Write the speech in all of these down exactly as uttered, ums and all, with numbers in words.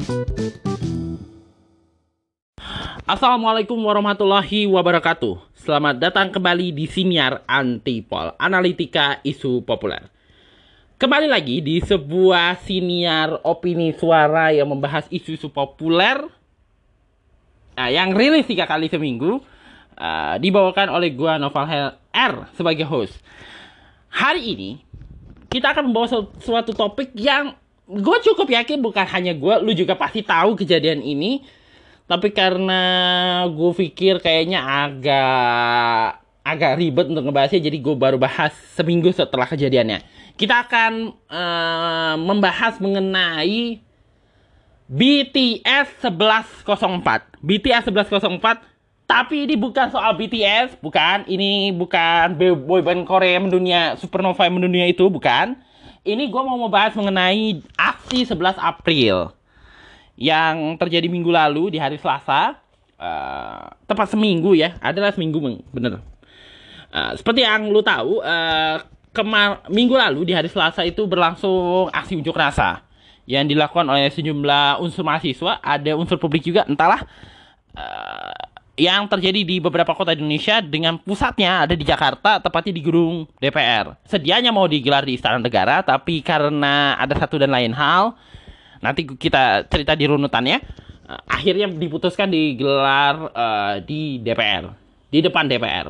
Assalamualaikum warahmatullahi wabarakatuh. Selamat datang kembali di Siniar Antipol, analitika isu populer. Kembali lagi di sebuah siniar opini suara yang membahas isu-isu populer, nah, yang rilis tiga kali seminggu, uh, dibawakan oleh gua Noval R sebagai host. Hari ini kita akan membawa suatu topik yang gue cukup yakin bukan hanya gue, lu juga pasti tahu kejadian ini. Tapi karena gue pikir kayaknya agak agak ribet untuk ngebahasnya, jadi gue baru bahas seminggu setelah kejadiannya. Kita akan uh, membahas mengenai B T S sebelas nol empat. B T S sebelas nol empat, tapi ini bukan soal B T S, bukan. Ini bukan boyband Korea mendunia, supernova yang mendunia itu, bukan. Ini gue mau membahas mengenai aksi sebelas April yang terjadi minggu lalu di hari Selasa, uh, tepat seminggu ya, adalah seminggu bener. Uh, seperti yang lu tahu, uh, kemar minggu lalu di hari Selasa itu berlangsung aksi unjuk rasa yang dilakukan oleh sejumlah unsur mahasiswa, ada unsur publik juga, entahlah, uh, yang terjadi di beberapa kota di Indonesia dengan pusatnya ada di Jakarta, tepatnya di gedung D P R. Sedianya mau digelar di Istana Negara, tapi karena ada satu dan lain hal, nanti kita cerita di runutannya, uh, akhirnya diputuskan digelar uh, di D P R, di depan D P R.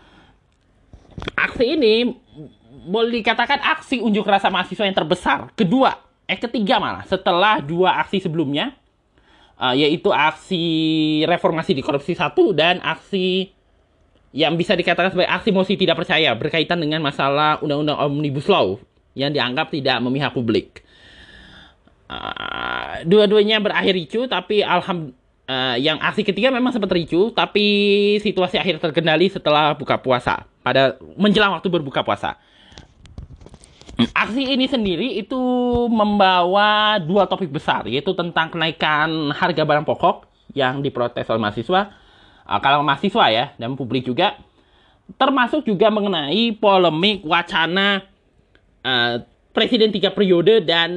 Aksi ini boleh dikatakan aksi unjuk rasa mahasiswa yang terbesar, kedua, eh ketiga malah, setelah dua aksi sebelumnya, uh, yaitu aksi reformasi di korupsi satu dan aksi yang bisa dikatakan sebagai aksi mosi tidak percaya berkaitan dengan masalah undang-undang Omnibus Law yang dianggap tidak memihak publik. Uh, dua-duanya berakhir ricu, tapi alham uh, yang aksi ketiga memang sempat ricu, tapi situasi akhir terkendali setelah buka puasa, pada menjelang waktu berbuka puasa. Aksi ini sendiri itu membawa dua topik besar, yaitu tentang kenaikan harga barang pokok yang diprotes oleh mahasiswa, uh, kalangan mahasiswa ya, dan publik juga, termasuk juga mengenai polemik wacana uh, presiden tiga periode dan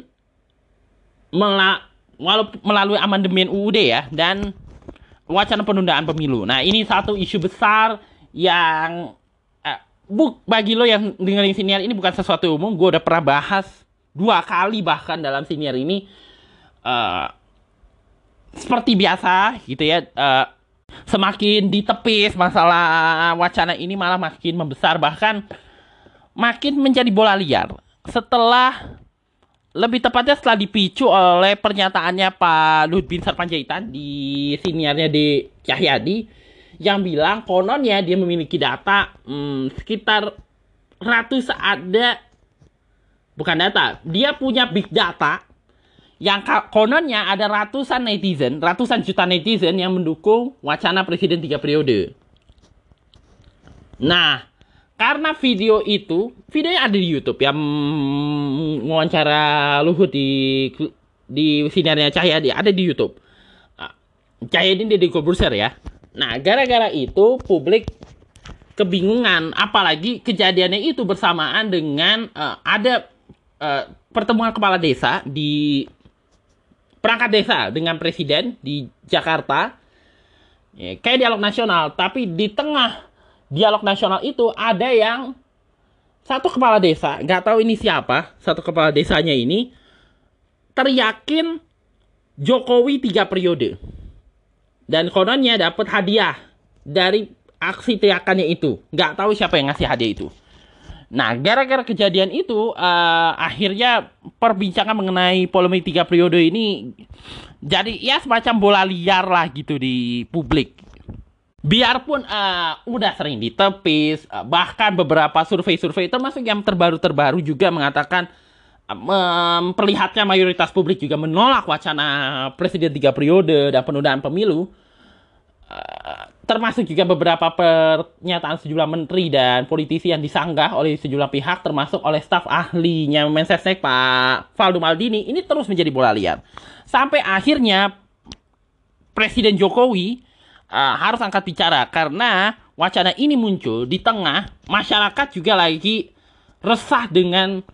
melalui amandemen U U D ya, dan wacana penundaan pemilu. Nah, ini satu isu besar yang eh, buk bagi lo yang dengerin siniar ini bukan sesuatu umum. Gue udah pernah bahas dua kali bahkan dalam siniar ini. Uh, seperti biasa gitu ya, uh, semakin ditepis masalah wacana ini malah makin membesar, bahkan makin menjadi bola liar. Setelah Lebih tepatnya setelah dipicu oleh pernyataannya Pak Luhut Bin Sarpanjaitan di siniarnya di Cahyadi, yang bilang kononnya dia memiliki data hmm, sekitar ratus ada, bukan data, dia punya big data yang kononnya ada ratusan netizen, ratusan juta netizen yang mendukung wacana presiden tiga periode. Nah, karena video itu, videonya ada di YouTube yang wawancara Luhut di di sinarnya Cahyadi, ada di YouTube. Cahyadi ini di Corbuzier ya. Nah, gara-gara itu publik kebingungan, apalagi kejadiannya itu bersamaan dengan uh, ada uh, pertemuan kepala desa di perangkat desa dengan presiden di Jakarta, ya, kayak dialog nasional, tapi di tengah dialog nasional itu ada yang satu kepala desa, nggak tahu ini siapa, satu kepala desanya ini teriakin Jokowi tiga periode, dan kononnya dapat hadiah dari aksi teriakannya itu. Nggak tahu siapa yang ngasih hadiah itu. Nah, gara-gara kejadian itu, uh, akhirnya perbincangan mengenai polemik tiga periode ini jadi ya semacam bola liar lah gitu di publik. Biarpun uh, udah sering ditepis, uh, bahkan beberapa survei-survei termasuk yang terbaru-terbaru juga mengatakan, uh, memperlihatkan mayoritas publik juga menolak wacana presiden tiga periode dan penundaan pemilu. Uh, termasuk juga beberapa pernyataan sejumlah menteri dan politisi yang disanggah oleh sejumlah pihak, termasuk oleh staf ahlinya Mensesnek Pak Faldo Maldini, ini terus menjadi bola liar. Sampai akhirnya Presiden Jokowi uh, harus angkat bicara karena wacana ini muncul di tengah masyarakat juga lagi resah dengan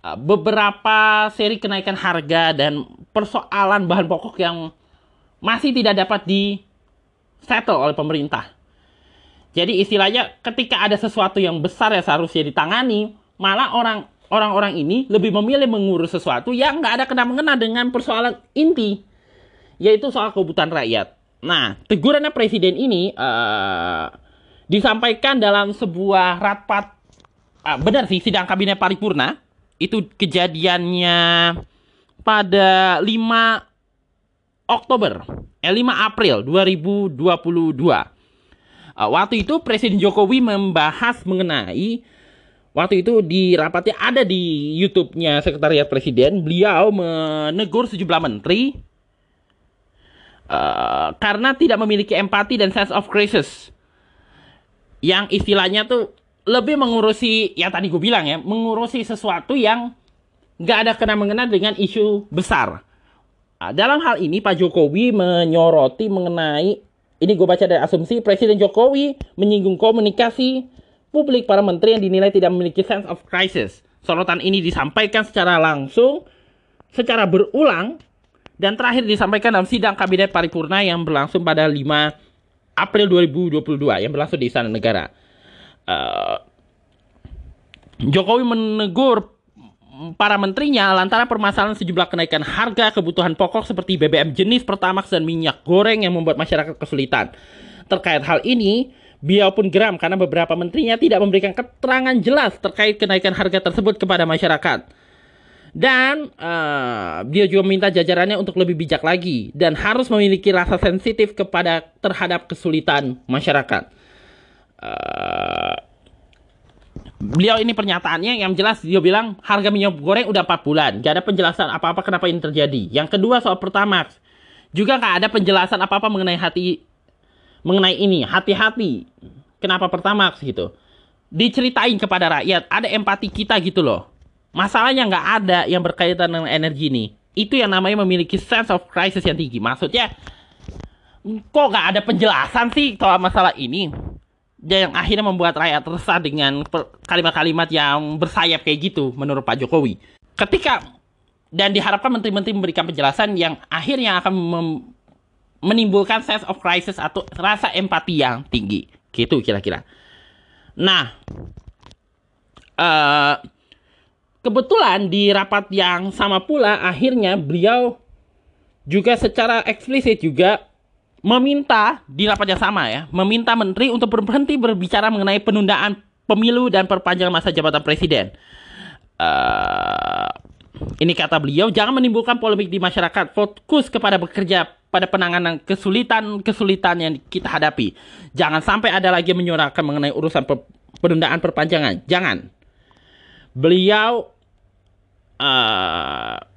uh, beberapa seri kenaikan harga dan persoalan bahan pokok yang masih tidak dapat di settle oleh pemerintah. Jadi istilahnya ketika ada sesuatu yang besar yang seharusnya ditangani, malah orang orang-orang ini lebih memilih mengurus sesuatu yang nggak ada kena-mengena dengan persoalan inti, yaitu soal kebutuhan rakyat. Nah, tegurannya presiden ini uh, disampaikan dalam sebuah rapat, uh, benar sih, sidang kabinet paripurna. Itu kejadiannya pada lima Oktober, eh lima April dua ribu dua puluh dua. Uh, waktu itu Presiden Jokowi membahas mengenai, waktu itu di rapatnya ada di YouTube-nya Sekretariat Presiden, beliau menegur sejumlah menteri uh, karena tidak memiliki empati dan sense of crisis. Yang istilahnya tuh lebih mengurusi, yang tadi gue bilang ya, mengurusi sesuatu yang nggak ada kena-mengena dengan isu besar. Nah, dalam hal ini Pak Jokowi menyoroti mengenai, ini gue baca dari asumsi, Presiden Jokowi menyinggung komunikasi publik para menteri yang dinilai tidak memiliki sense of crisis. Sorotan ini disampaikan secara langsung, secara berulang, dan terakhir disampaikan dalam sidang kabinet paripurna yang berlangsung pada lima April dua ribu dua puluh dua, yang berlangsung di Istana Negara. Uh, Jokowi menegur para menterinya lantaran permasalahan sejumlah kenaikan harga kebutuhan pokok seperti B B M jenis Pertamax dan minyak goreng yang membuat masyarakat kesulitan. Terkait hal ini, beliau pun geram karena beberapa menterinya tidak memberikan keterangan jelas terkait kenaikan harga tersebut kepada masyarakat. Dan uh, beliau juga meminta jajarannya untuk lebih bijak lagi dan harus memiliki rasa sensitif kepada terhadap kesulitan masyarakat. Uh, Beliau ini pernyataannya yang jelas, dia bilang harga minyak goreng udah empat bulan, gak ada penjelasan apa-apa kenapa ini terjadi. Yang kedua soal Pertamax, juga gak ada penjelasan apa-apa mengenai hati mengenai ini, hati-hati kenapa Pertamax gitu. Diceritain kepada rakyat, ada empati kita gitu loh. Masalahnya gak ada yang berkaitan dengan energi nih. Itu yang namanya memiliki sense of crisis yang tinggi. Maksudnya, kok gak ada penjelasan sih soal masalah ini? Dan yang akhirnya membuat rakyat resah dengan kalimat-kalimat yang bersayap kayak gitu menurut Pak Jokowi. Ketika dan diharapkan menteri-menteri memberikan penjelasan yang akhirnya akan menimbulkan sense of crisis atau rasa empati yang tinggi. Gitu kira-kira. Nah, uh, kebetulan di rapat yang sama pula akhirnya beliau juga secara eksplisit juga meminta di rapat yang sama ya, meminta menteri untuk berhenti berbicara mengenai penundaan pemilu dan perpanjangan masa jabatan presiden. Uh, ini kata beliau, jangan menimbulkan polemik di masyarakat, fokus kepada bekerja pada penanganan kesulitan-kesulitan yang kita hadapi. Jangan sampai ada lagi yang menyuarakan mengenai urusan per penundaan perpanjangan. Jangan. Beliau uh,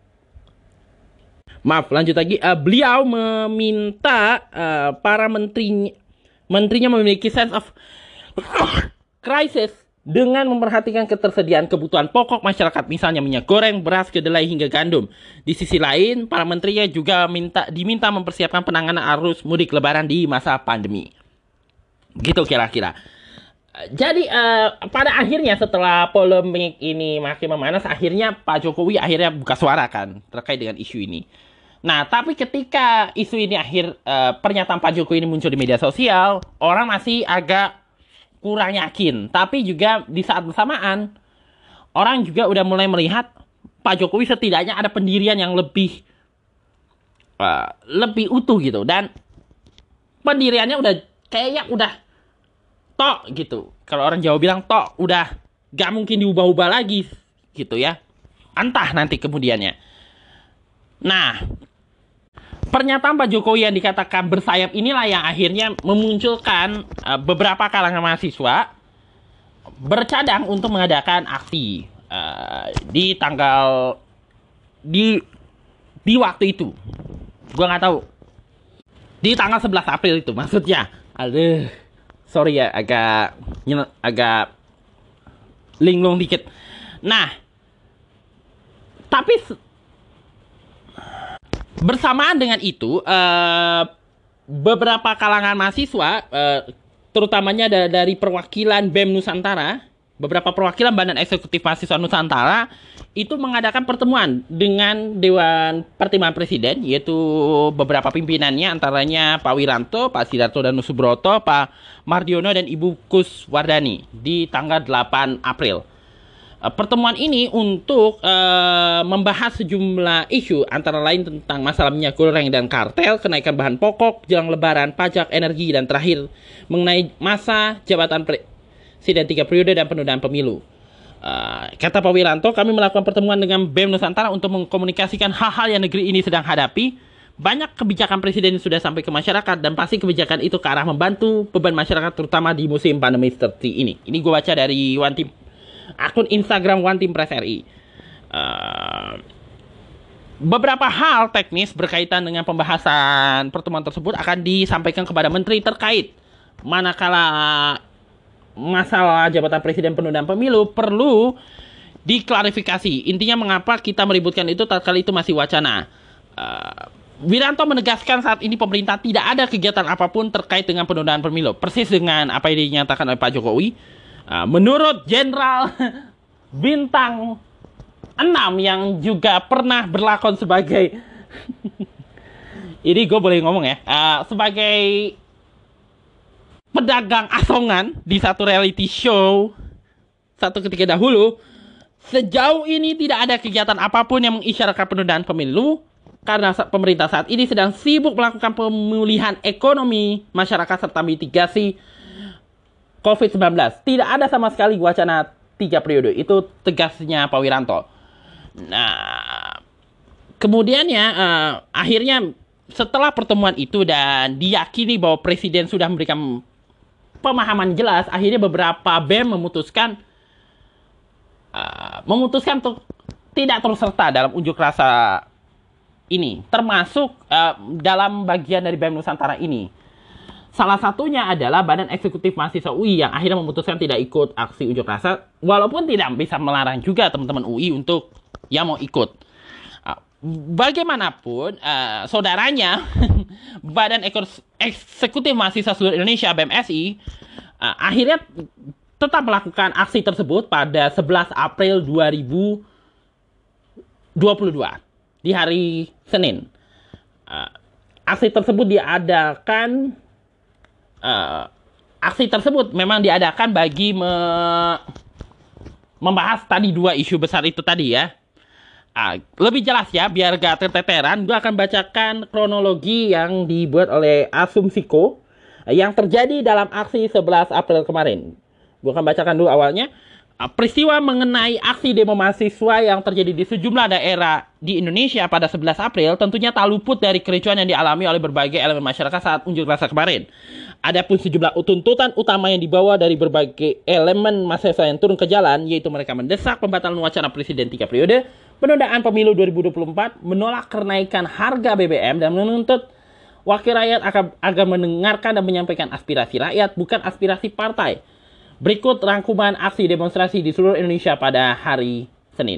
Maaf, lanjut lagi. Uh, beliau meminta uh, para menteri, menterinya memiliki sense of crisis dengan memperhatikan ketersediaan kebutuhan pokok masyarakat, misalnya minyak goreng, beras, kedelai, hingga gandum. Di sisi lain, para menterinya juga minta, diminta mempersiapkan penanganan arus mudik lebaran di masa pandemi. Gitu kira-kira. Jadi uh, pada akhirnya setelah polemik ini makin memanas, akhirnya Pak Jokowi akhirnya buka suara kan terkait dengan isu ini. Nah, tapi ketika isu ini akhir, uh, pernyataan Pak Jokowi ini muncul di media sosial, orang masih agak kurang yakin. Tapi juga di saat bersamaan, orang juga udah mulai melihat Pak Jokowi setidaknya ada pendirian yang lebih uh, lebih utuh gitu. Dan pendiriannya udah kayaknya udah tok gitu. Kalau orang Jawa bilang tok, udah gak mungkin diubah-ubah lagi gitu ya. Entah nanti kemudiannya. Nah, pernyataan Pak Jokowi yang dikatakan bersayap inilah yang akhirnya memunculkan uh, beberapa kalangan mahasiswa bercadang untuk mengadakan aksi uh, di tanggal di di waktu itu. Gua nggak tahu. Di tanggal sebelas April itu maksudnya. Aduh, sorry ya agak agak linglung dikit. Nah, tapi bersamaan dengan itu, uh, beberapa kalangan mahasiswa, uh, terutamanya da dari perwakilan B E M Nusantara, beberapa perwakilan Badan Eksekutif Mahasiswa Nusantara itu mengadakan pertemuan dengan Dewan Pertimbangan Presiden, yaitu beberapa pimpinannya, antaranya Pak Wiranto, Pak Sidarto dan Subroto, Pak Mardiono, dan Ibu Kuswardani di tanggal delapan April. Pertemuan ini untuk uh, membahas sejumlah isu, antara lain tentang masalah minyak goreng dan kartel, kenaikan bahan pokok, jelang lebaran, pajak, energi, dan terakhir mengenai masa jabatan presiden tiga periode dan penundaan pemilu. Uh, kata Pak Wiranto, kami melakukan pertemuan dengan B E M Nusantara untuk mengkomunikasikan hal-hal yang negeri ini sedang hadapi. Banyak kebijakan presiden sudah sampai ke masyarakat, dan pasti kebijakan itu ke arah membantu beban masyarakat, terutama di musim pandemi seperti ini. Ini gue baca dari One Team, akun Instagram One Team Press R I. Uh, beberapa hal teknis berkaitan dengan pembahasan pertemuan tersebut akan disampaikan kepada menteri terkait, manakala masalah jabatan presiden penundaan pemilu perlu diklarifikasi. Intinya mengapa kita meributkan itu tatkala itu masih wacana. Uh, Wiranto menegaskan saat ini pemerintah tidak ada kegiatan apapun terkait dengan penundaan pemilu, persis dengan apa yang dinyatakan oleh Pak Jokowi. Uh, menurut Jenderal Bintang enam yang juga pernah berlakon sebagai ini gue boleh ngomong ya, uh, sebagai pedagang asongan di satu reality show satu ketika dahulu, sejauh ini tidak ada kegiatan apapun yang mengisyaratkan penundaan pemilu karena pemerintah saat ini sedang sibuk melakukan pemulihan ekonomi masyarakat serta mitigasi covid sembilan belas. Tidak ada sama sekali wacana tiga periode. Itu tegasnya Pak Wiranto. Nah, kemudiannya uh, akhirnya setelah pertemuan itu dan diyakini bahwa presiden sudah memberikan pemahaman jelas, akhirnya beberapa B E M memutuskan uh, memutuskan untuk tidak turut serta dalam unjuk rasa ini, termasuk uh, dalam bagian dari B E M Nusantara ini. Salah satunya adalah Badan Eksekutif Mahasiswa U I yang akhirnya memutuskan tidak ikut aksi unjuk rasa, walaupun tidak bisa melarang juga teman-teman U I untuk yang mau ikut. Bagaimanapun, uh, saudaranya Badan Eksekutif Mahasiswa Seluruh Indonesia B E M S I uh, akhirnya tetap melakukan aksi tersebut pada sebelas April dua ribu dua puluh dua di hari Senin. Uh, aksi tersebut diadakan Uh, aksi tersebut memang diadakan bagi me membahas tadi dua isu besar itu tadi ya. Uh, lebih jelas ya, biar gak terteteran, gue akan bacakan kronologi yang dibuat oleh Asumsiko uh, yang terjadi dalam aksi sebelas April kemarin. Gue akan bacakan dulu awalnya. Uh, peristiwa mengenai aksi demo mahasiswa yang terjadi di sejumlah daerah di Indonesia pada sebelas April tentunya tak luput dari kericuan yang dialami oleh berbagai elemen masyarakat saat unjuk rasa kemarin. Adapun sejumlah tuntutan utama yang dibawa dari berbagai elemen mahasiswa yang turun ke jalan, yaitu mereka mendesak pembatalan wacana presiden tiga periode, penundaan pemilu dua ribu dua puluh empat, menolak kenaikan harga B B M, dan menuntut wakil rakyat agar mendengarkan dan menyampaikan aspirasi rakyat, bukan aspirasi partai. Berikut rangkuman aksi demonstrasi di seluruh Indonesia pada hari Senin.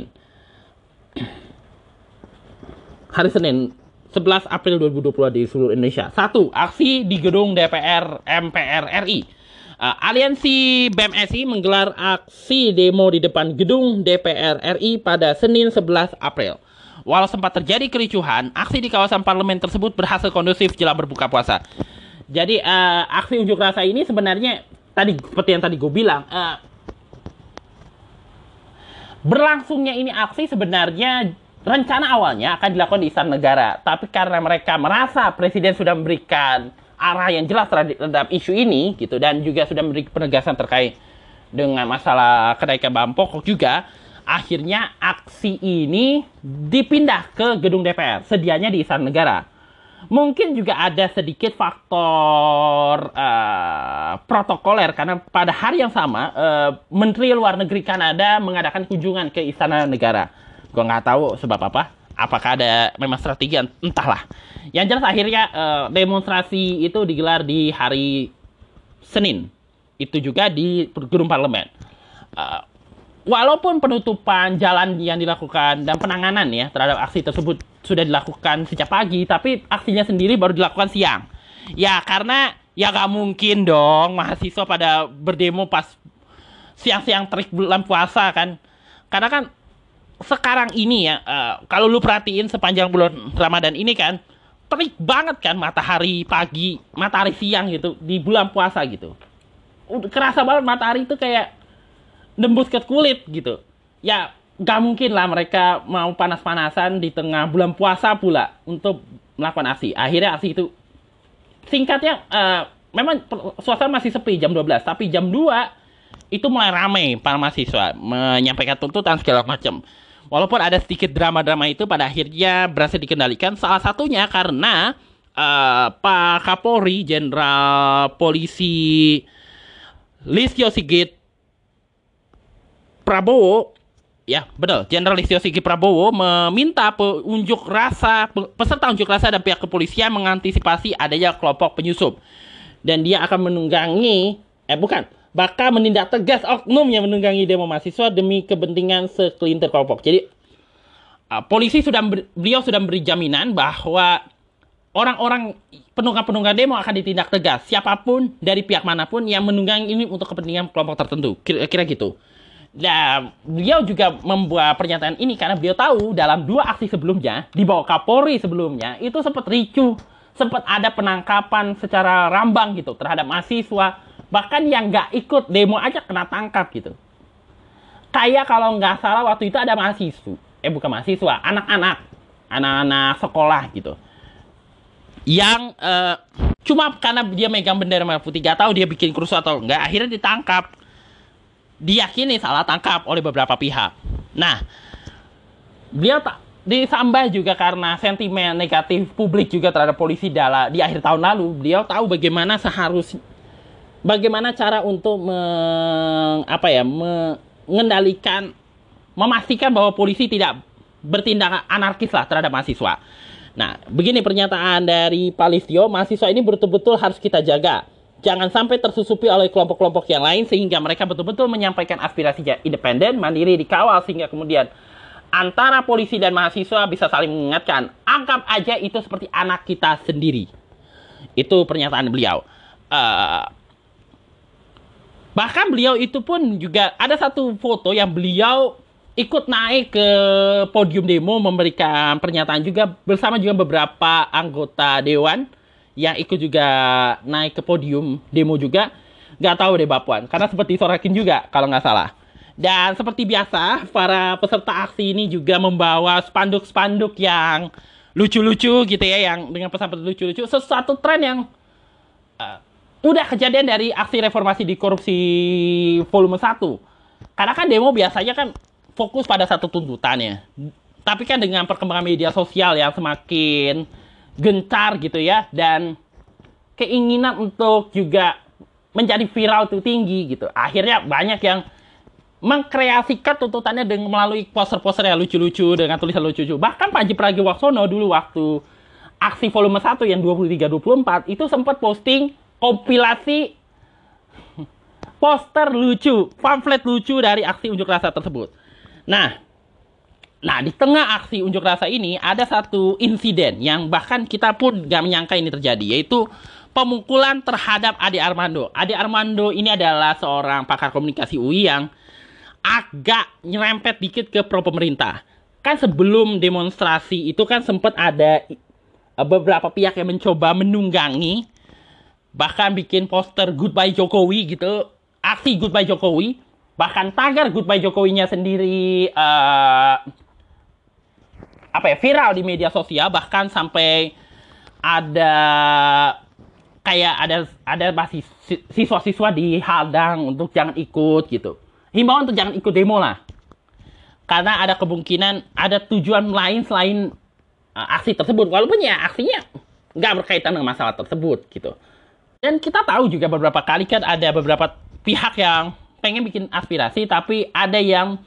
Hari Senin, sebelas April dua ribu dua puluh di seluruh Indonesia. Satu, aksi di gedung D P R M P R R I. Uh, Aliansi B E M S I menggelar aksi demo di depan gedung D P R R I pada Senin sebelas April. Walau sempat terjadi kericuhan, aksi di kawasan parlemen tersebut berhasil kondusif jelang berbuka puasa. Jadi uh, aksi unjuk rasa ini sebenarnya tadi seperti yang tadi gue bilang, uh, berlangsungnya ini aksi sebenarnya rencana awalnya akan dilakukan di Istana Negara, tapi karena mereka merasa presiden sudah memberikan arah yang jelas terhadap isu ini, gitu, dan juga sudah memberi penegasan terkait dengan masalah kenaikan bahan pokok juga, akhirnya aksi ini dipindah ke gedung D P R, sedianya di Istana Negara. Mungkin juga ada sedikit faktor uh, protokoler, karena pada hari yang sama uh, Menteri Luar Negeri Kanada mengadakan kunjungan ke Istana Negara. Gue nggak tahu sebab apa. Apakah ada memang strategi, entahlah. Yang jelas akhirnya uh, demonstrasi itu digelar di hari Senin. Itu juga di gedung parlemen. Uh, walaupun penutupan jalan yang dilakukan dan penanganan ya terhadap aksi tersebut sudah dilakukan sejak pagi, tapi aksinya sendiri baru dilakukan siang. Ya karena ya nggak mungkin dong mahasiswa pada berdemo pas siang-siang terik bulan puasa kan. Karena kan sekarang ini ya, uh, kalau lu perhatiin sepanjang bulan Ramadan ini kan, terik banget kan matahari pagi, matahari siang gitu di bulan puasa gitu. Udah kerasa banget matahari itu kayak nembus ke kulit gitu. Ya gak mungkin lah mereka mau panas-panasan di tengah bulan puasa pula untuk melakukan aksi. Akhirnya aksi itu singkatnya uh, memang suasana masih sepi jam dua belas, tapi jam dua itu mulai ramai para mahasiswa menyampaikan tuntutan segala macam. Walaupun ada sedikit drama-drama itu pada akhirnya berhasil dikendalikan, salah satunya karena uh, Pak Kapolri Jenderal Polisi Listio Sigit Prabowo, ya betul, Jenderal Listio Sigit Prabowo meminta unjuk rasa, peserta unjuk rasa dan pihak kepolisian mengantisipasi adanya kelompok penyusup. Dan dia akan menunggangi, eh bukan, bakal menindak tegas oknum yang menunggangi demo mahasiswa demi kepentingan sekelintir kelompok. Jadi uh, polisi sudah beliau sudah memberi jaminan bahwa orang-orang penunggang-penunggang demo akan ditindak tegas, siapapun dari pihak manapun yang menunggangi ini untuk kepentingan kelompok tertentu. Kira-kira gitu. Dan beliau juga membuat pernyataan ini karena beliau tahu dalam dua aksi sebelumnya di bawah Kapolri sebelumnya itu sempat ricuh, sempat ada penangkapan secara rambang gitu terhadap mahasiswa, bahkan yang nggak ikut demo aja kena tangkap gitu. Kayak kalau nggak salah waktu itu ada mahasiswa, eh bukan mahasiswa, anak-anak, anak-anak sekolah gitu, yang uh, cuma karena dia megang bendera merah putih, gak tahu dia bikin kerusuhan atau enggak, akhirnya ditangkap. Diyakini salah tangkap oleh beberapa pihak. Nah, beliau tak disambah juga karena sentimen negatif publik juga terhadap polisi dalam di akhir tahun lalu. Beliau tahu bagaimana seharusnya, bagaimana cara untuk meng, apa ya, mengendalikan, memastikan bahwa polisi tidak bertindak anarkis lah terhadap mahasiswa. Nah, begini pernyataan dari Pak Listio, mahasiswa ini betul-betul harus kita jaga. Jangan sampai tersusupi oleh kelompok-kelompok yang lain sehingga mereka betul-betul menyampaikan aspirasinya independen, mandiri, dikawal sehingga kemudian antara polisi dan mahasiswa bisa saling mengingatkan. Anggap aja itu seperti anak kita sendiri. Itu pernyataan beliau. Uh, bahkan beliau itu pun juga ada satu foto yang beliau ikut naik ke podium demo memberikan pernyataan juga bersama juga beberapa anggota dewan yang ikut juga naik ke podium demo juga. Gak tahu deh Bapuan, karena seperti disorakin juga kalau nggak salah. Dan seperti biasa, para peserta aksi ini juga membawa spanduk-spanduk yang lucu-lucu gitu ya, yang dengan pesan-pesan lucu-lucu. Sesuatu tren yang uh, udah kejadian dari aksi reformasi di korupsi volume satu. Karena kan demo biasanya kan fokus pada satu tuntutannya. Tapi kan dengan perkembangan media sosial yang semakin gencar gitu ya, dan keinginan untuk juga menjadi viral itu tinggi gitu. Akhirnya banyak yang mengkreasikan tuntutannya dengan melalui poster-poster yang lucu-lucu dengan tulisan lucu-lucu. Bahkan Panji Pragiwaksono dulu waktu aksi volume satu yang dua puluh tiga dua puluh empat itu sempat posting kompilasi poster lucu, pamflet lucu dari aksi unjuk rasa tersebut. Nah, Nah, di tengah aksi unjuk rasa ini ada satu insiden yang bahkan kita pun gak menyangka ini terjadi, yaitu pemukulan terhadap Ade Armando. Ade Armando ini adalah seorang pakar komunikasi U I yang agak nyerempet dikit ke pro pemerintah. Kan sebelum demonstrasi itu kan sempat ada beberapa pihak yang mencoba menunggangi, bahkan bikin poster Goodbye Jokowi gitu, aksi Goodbye Jokowi, bahkan tagar Goodbye Jokowinya sendiri uh, apa ya, viral di media sosial, bahkan sampai ada kayak ada ada masih siswa-siswa dihadang untuk jangan ikut gitu. Himbauan untuk jangan ikut demo lah. Karena ada kemungkinan ada tujuan lain selain uh, aksi tersebut. Walaupun ya aksinya nggak berkaitan dengan masalah tersebut gitu. Dan kita tahu juga beberapa kali kan ada beberapa pihak yang pengen bikin aspirasi, tapi ada yang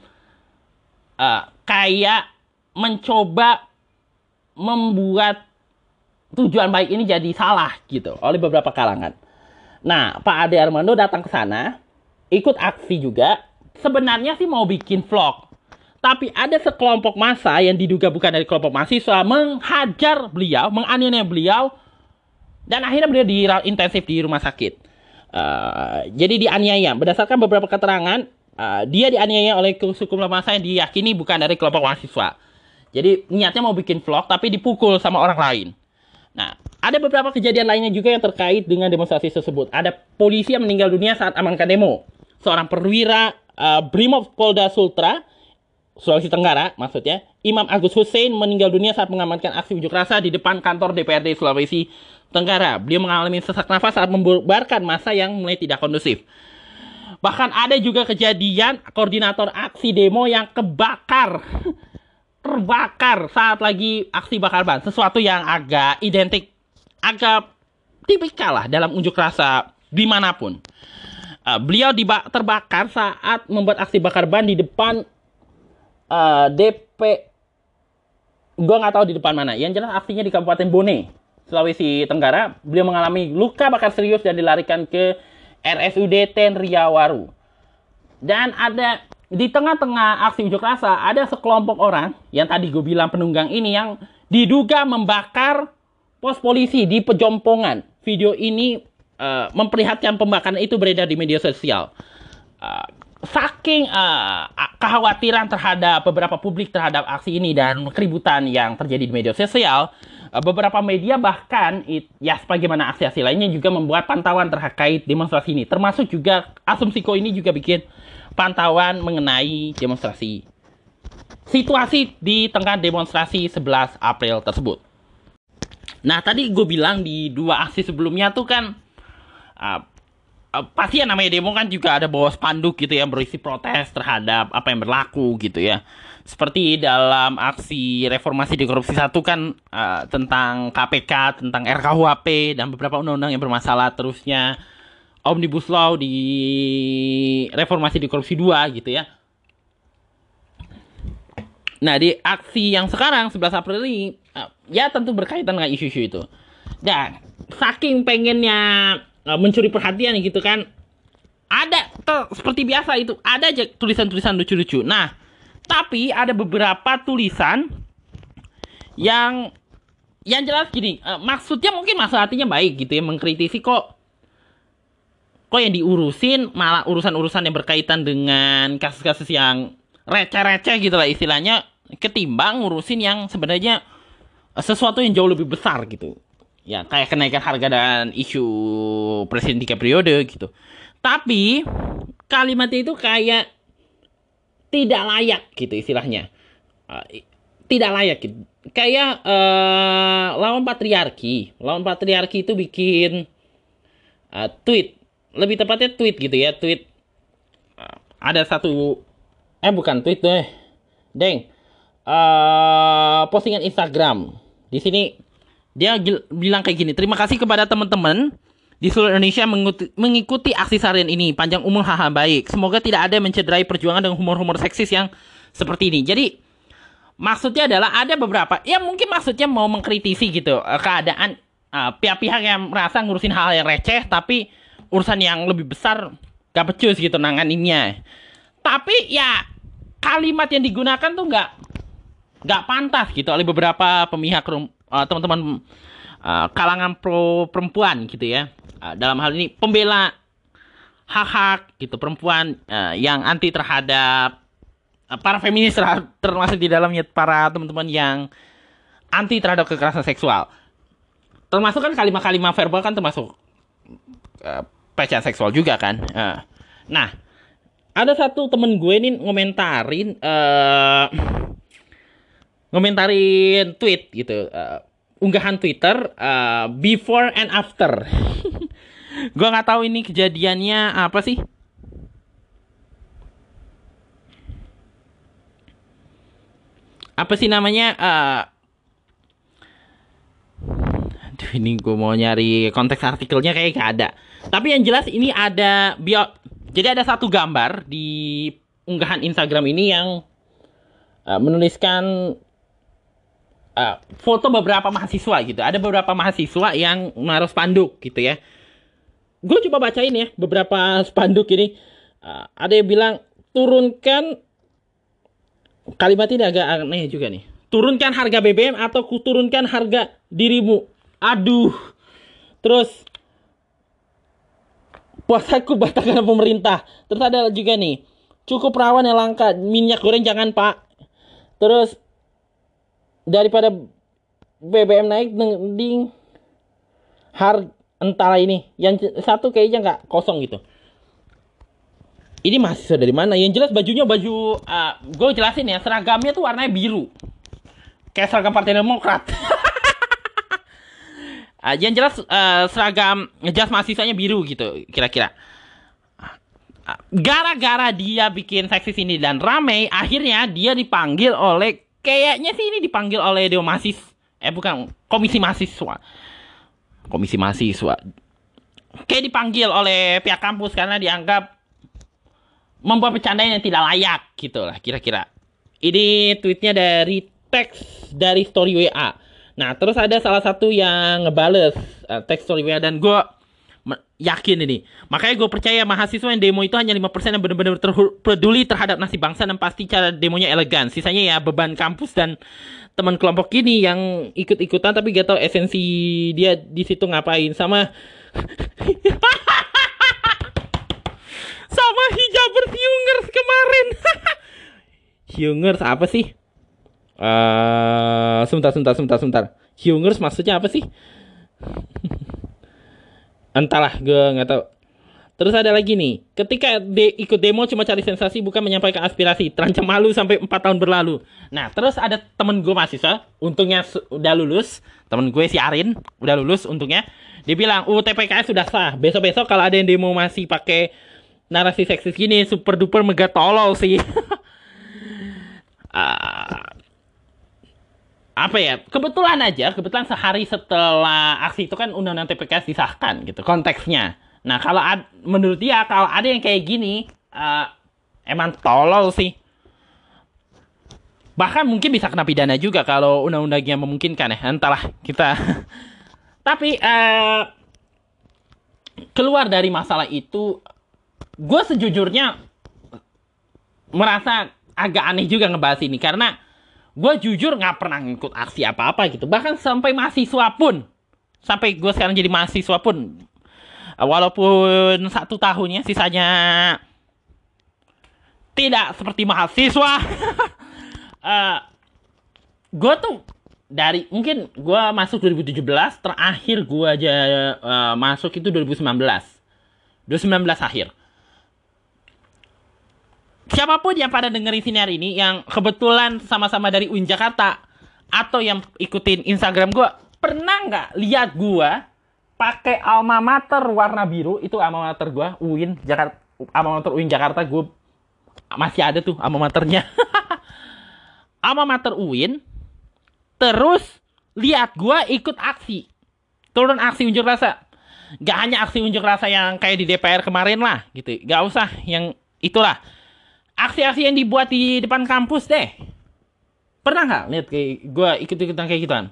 uh, kayak mencoba membuat tujuan baik ini jadi salah gitu oleh beberapa kalangan. Nah, Pak Ade Armando datang ke sana, ikut aksi juga. Sebenarnya sih mau bikin vlog, tapi ada sekelompok massa yang diduga bukan dari kelompok mahasiswa menghajar beliau, menganiaya beliau, dan akhirnya beliau dirawat intensif di rumah sakit. Uh, jadi dianiaya. Berdasarkan beberapa keterangan, uh, dia dianiaya oleh sekumpulan massa yang diyakini bukan dari kelompok mahasiswa. Jadi niatnya mau bikin vlog tapi dipukul sama orang lain. Nah, ada beberapa kejadian lainnya juga yang terkait dengan demonstrasi tersebut. Ada polisi yang meninggal dunia saat amankan demo. Seorang perwira uh, Brimob Polda Sultra, Sulawesi Tenggara maksudnya, Imam Agus Hussein meninggal dunia saat mengamankan aksi unjuk rasa di depan kantor D P R D Sulawesi Tenggara. Beliau mengalami sesak nafas saat membubarkan massa yang mulai tidak kondusif. Bahkan ada juga kejadian koordinator aksi demo yang kebakar. Terbakar saat lagi aksi bakar ban. Sesuatu yang agak identik, agak tipikal lah dalam unjuk rasa dimanapun. Uh, beliau terbakar saat membuat aksi bakar ban di depan uh, D P. Gue nggak tahu di depan mana. Yang jelas aksinya di Kabupaten Bone, Sulawesi Tenggara. Beliau mengalami luka bakar serius dan dilarikan ke R S U D Ten Riawaru. Dan ada di tengah-tengah aksi unjuk rasa, ada sekelompok orang yang tadi gue bilang penunggang ini yang diduga membakar pos polisi di Pejompongan. Video ini uh, memperlihatkan pembakaran itu beredar di media sosial. Uh, saking uh, kekhawatiran terhadap beberapa publik terhadap aksi ini dan keributan yang terjadi di media sosial, uh, beberapa media bahkan it, ya sebagaimana aksi-aksi lainnya juga membuat pantauan terkait demonstrasi ini. Termasuk juga Asumsiko ini juga bikin pantauan mengenai demonstrasi. Situasi di tengah demonstrasi sebelas April tersebut. Nah, tadi gue bilang di dua aksi sebelumnya tuh kan uh, uh, pasti yang namanya demo kan juga ada bawa spanduk gitu yang berisi protes terhadap apa yang berlaku gitu ya. Seperti dalam aksi reformasi di korupsi satu kan uh, tentang K P K, tentang R K U H P dan beberapa undang-undang yang bermasalah, terusnya Omnibus Law di reformasi di korupsi dua gitu ya. Nah, di aksi yang sekarang sebelas April ini uh, ya tentu berkaitan dengan isu-isu itu. Dan saking pengennya uh, mencuri perhatian gitu kan, ada ter, seperti biasa itu ada aja tulisan-tulisan lucu-lucu. Nah, tapi ada beberapa tulisan yang yang jelas gini, uh, maksudnya mungkin maksud hatinya baik gitu ya, mengkritisi kok kok yang diurusin malah urusan-urusan yang berkaitan dengan kasus-kasus yang receh-receh gitu lah istilahnya, ketimbang ngurusin yang sebenarnya sesuatu yang jauh lebih besar gitu. Ya, kayak kenaikan harga dan isu presiden tiga periode gitu. Tapi kalimatnya itu kayak tidak layak gitu istilahnya. Uh, tidak layak gitu. Kayak uh, lawan patriarki. Lawan patriarki itu bikin uh, tweet. Lebih tepatnya tweet gitu ya, tweet uh, ada satu eh bukan tweet deh, deng, uh, postingan Instagram. Di sini dia bilang kayak gini: terima kasih kepada teman-teman di seluruh Indonesia mengikuti, mengikuti aksi harian ini. Panjang umur haha baik. Semoga tidak ada yang mencederai perjuangan dengan humor-humor seksis yang seperti ini. Jadi maksudnya adalah ada beberapa, ya mungkin maksudnya mau mengkritisi gitu uh, keadaan uh, pihak-pihak yang merasa ngurusin hal yang receh, tapi urusan yang lebih besar gak becus gitu nanganinnya. Tapi ya kalimat yang digunakan tuh gak gak pantas gitu oleh beberapa pemihak uh, teman-teman uh, kalangan pro perempuan gitu ya. Uh, dalam hal ini pembela hak-hak gitu perempuan uh, yang anti terhadap uh, para feminis, termasuk di dalamnya para teman-teman yang anti terhadap kekerasan seksual. Termasuk kan kalimat-kalimat verbal kan termasuk uh, pelecehan seksual juga kan. Uh, nah, ada satu temen gue nih ngomentarin, uh, ngomentarin tweet gitu, uh, unggahan Twitter uh, before and after. Gue nggak tahu ini kejadiannya apa sih. Apa sih namanya? Uh, aduh, ini gue mau nyari konteks artikelnya kayak gak ada. Tapi yang jelas ini ada bio. Jadi ada satu gambar di unggahan Instagram ini yang uh, menuliskan uh, foto beberapa mahasiswa gitu. Ada beberapa mahasiswa yang menaruh spanduk gitu ya. Gue coba bacain ya beberapa spanduk ini. Uh, ada yang bilang turunkan, kalimat ini agak aneh juga nih. Turunkan harga B B M atau kuturunkan harga dirimu. Aduh. Terus puasaku batalkan pemerintah. Terus ada juga nih, cukup rawan yang langka. Minyak goreng jangan pak. Terus daripada B B M naik, mending harga entahlah ini. Yang satu kayaknya nggak kosong gitu. Ini mahasiswa dari mana? Yang jelas bajunya baju, uh, gue jelasin ya, seragamnya tuh warnanya biru. Kayak seragam Partai Demokrat. uh, yang jelas uh, seragam jas mahasiswanya biru gitu, kira-kira. Uh, gara-gara dia bikin seksis ini dan rame, akhirnya dia dipanggil oleh, kayaknya sih ini dipanggil oleh Dewan Mahasiswa. Eh bukan, Komisi Mahasiswa. Komisi Mahasiswa. Kayak dipanggil oleh pihak kampus karena dianggap membuat bercandaan yang tidak layak gitu lah kira-kira. Ini tweetnya dari teks dari story W A. Nah terus ada salah satu yang ngebales uh, teks story W A dan gue yakin ini. Makanya gue percaya mahasiswa yang demo itu hanya lima persen yang benar-benar peduli terhadap nasib bangsa dan pasti cara demonya elegan. Sisanya ya beban kampus dan teman kelompok ini yang ikut-ikutan tapi gak tahu esensi dia di situ ngapain. Sama sama hijabers Hyungers kemarin. Hyungers apa sih? Uh, sebentar, sebentar, sebentar, sebentar. Hyungers maksudnya apa sih? Entahlah, gue nggak tahu. Terus ada lagi nih, ketika de ikut demo cuma cari sensasi bukan menyampaikan aspirasi, terancam malu sampai empat tahun berlalu. Nah, terus ada temen gue mahasiswa, untungnya udah lulus, temen gue si Arin udah lulus untungnya. Dia bilang, U T P K S sudah sah. Besok-besok kalau ada yang demo masih pakai narasi seksis gini, super duper mega tolol sih. uh, apa ya, kebetulan aja, kebetulan sehari setelah aksi itu kan undang-undang T P K S disahkan gitu, konteksnya. Nah, kalau ad, menurut dia, kalau ada yang kayak gini, uh, emang tolol sih. Bahkan mungkin bisa kena pidana juga kalau undang-undangnya memungkinkan ya, entahlah kita. Tapi, uh, keluar dari masalah itu, gue sejujurnya merasa agak aneh juga ngebahas ini. Karena gue jujur gak pernah ngikut aksi apa-apa gitu. Bahkan sampai mahasiswa pun. Sampai gue sekarang jadi mahasiswa pun. Walaupun satu tahunnya sisanya tidak seperti mahasiswa. uh, gue tuh dari mungkin gue masuk dua ribu tujuh belas, terakhir gue aja uh, masuk itu dua ribu sembilan belas. dua ribu sembilan belas akhir. Siapapun yang pada dengerin siniar ini yang kebetulan sama-sama dari U I N Jakarta atau yang ikutin Instagram gue, pernah nggak lihat gue pakai alma mater warna biru? Itu alma mater gue, U I N Jakarta, alma mater U I N Jakarta. Gue masih ada tuh alma maternya. Alma mater U I N. Terus lihat gue ikut aksi, turun aksi unjuk rasa. Gak hanya aksi unjuk rasa yang kayak di D P R kemarin lah gitu. Gak usah yang itulah. Aksi-aksi yang dibuat di depan kampus deh. Pernah nggak lihat kayak gue ikut-ikutan kayak gituan?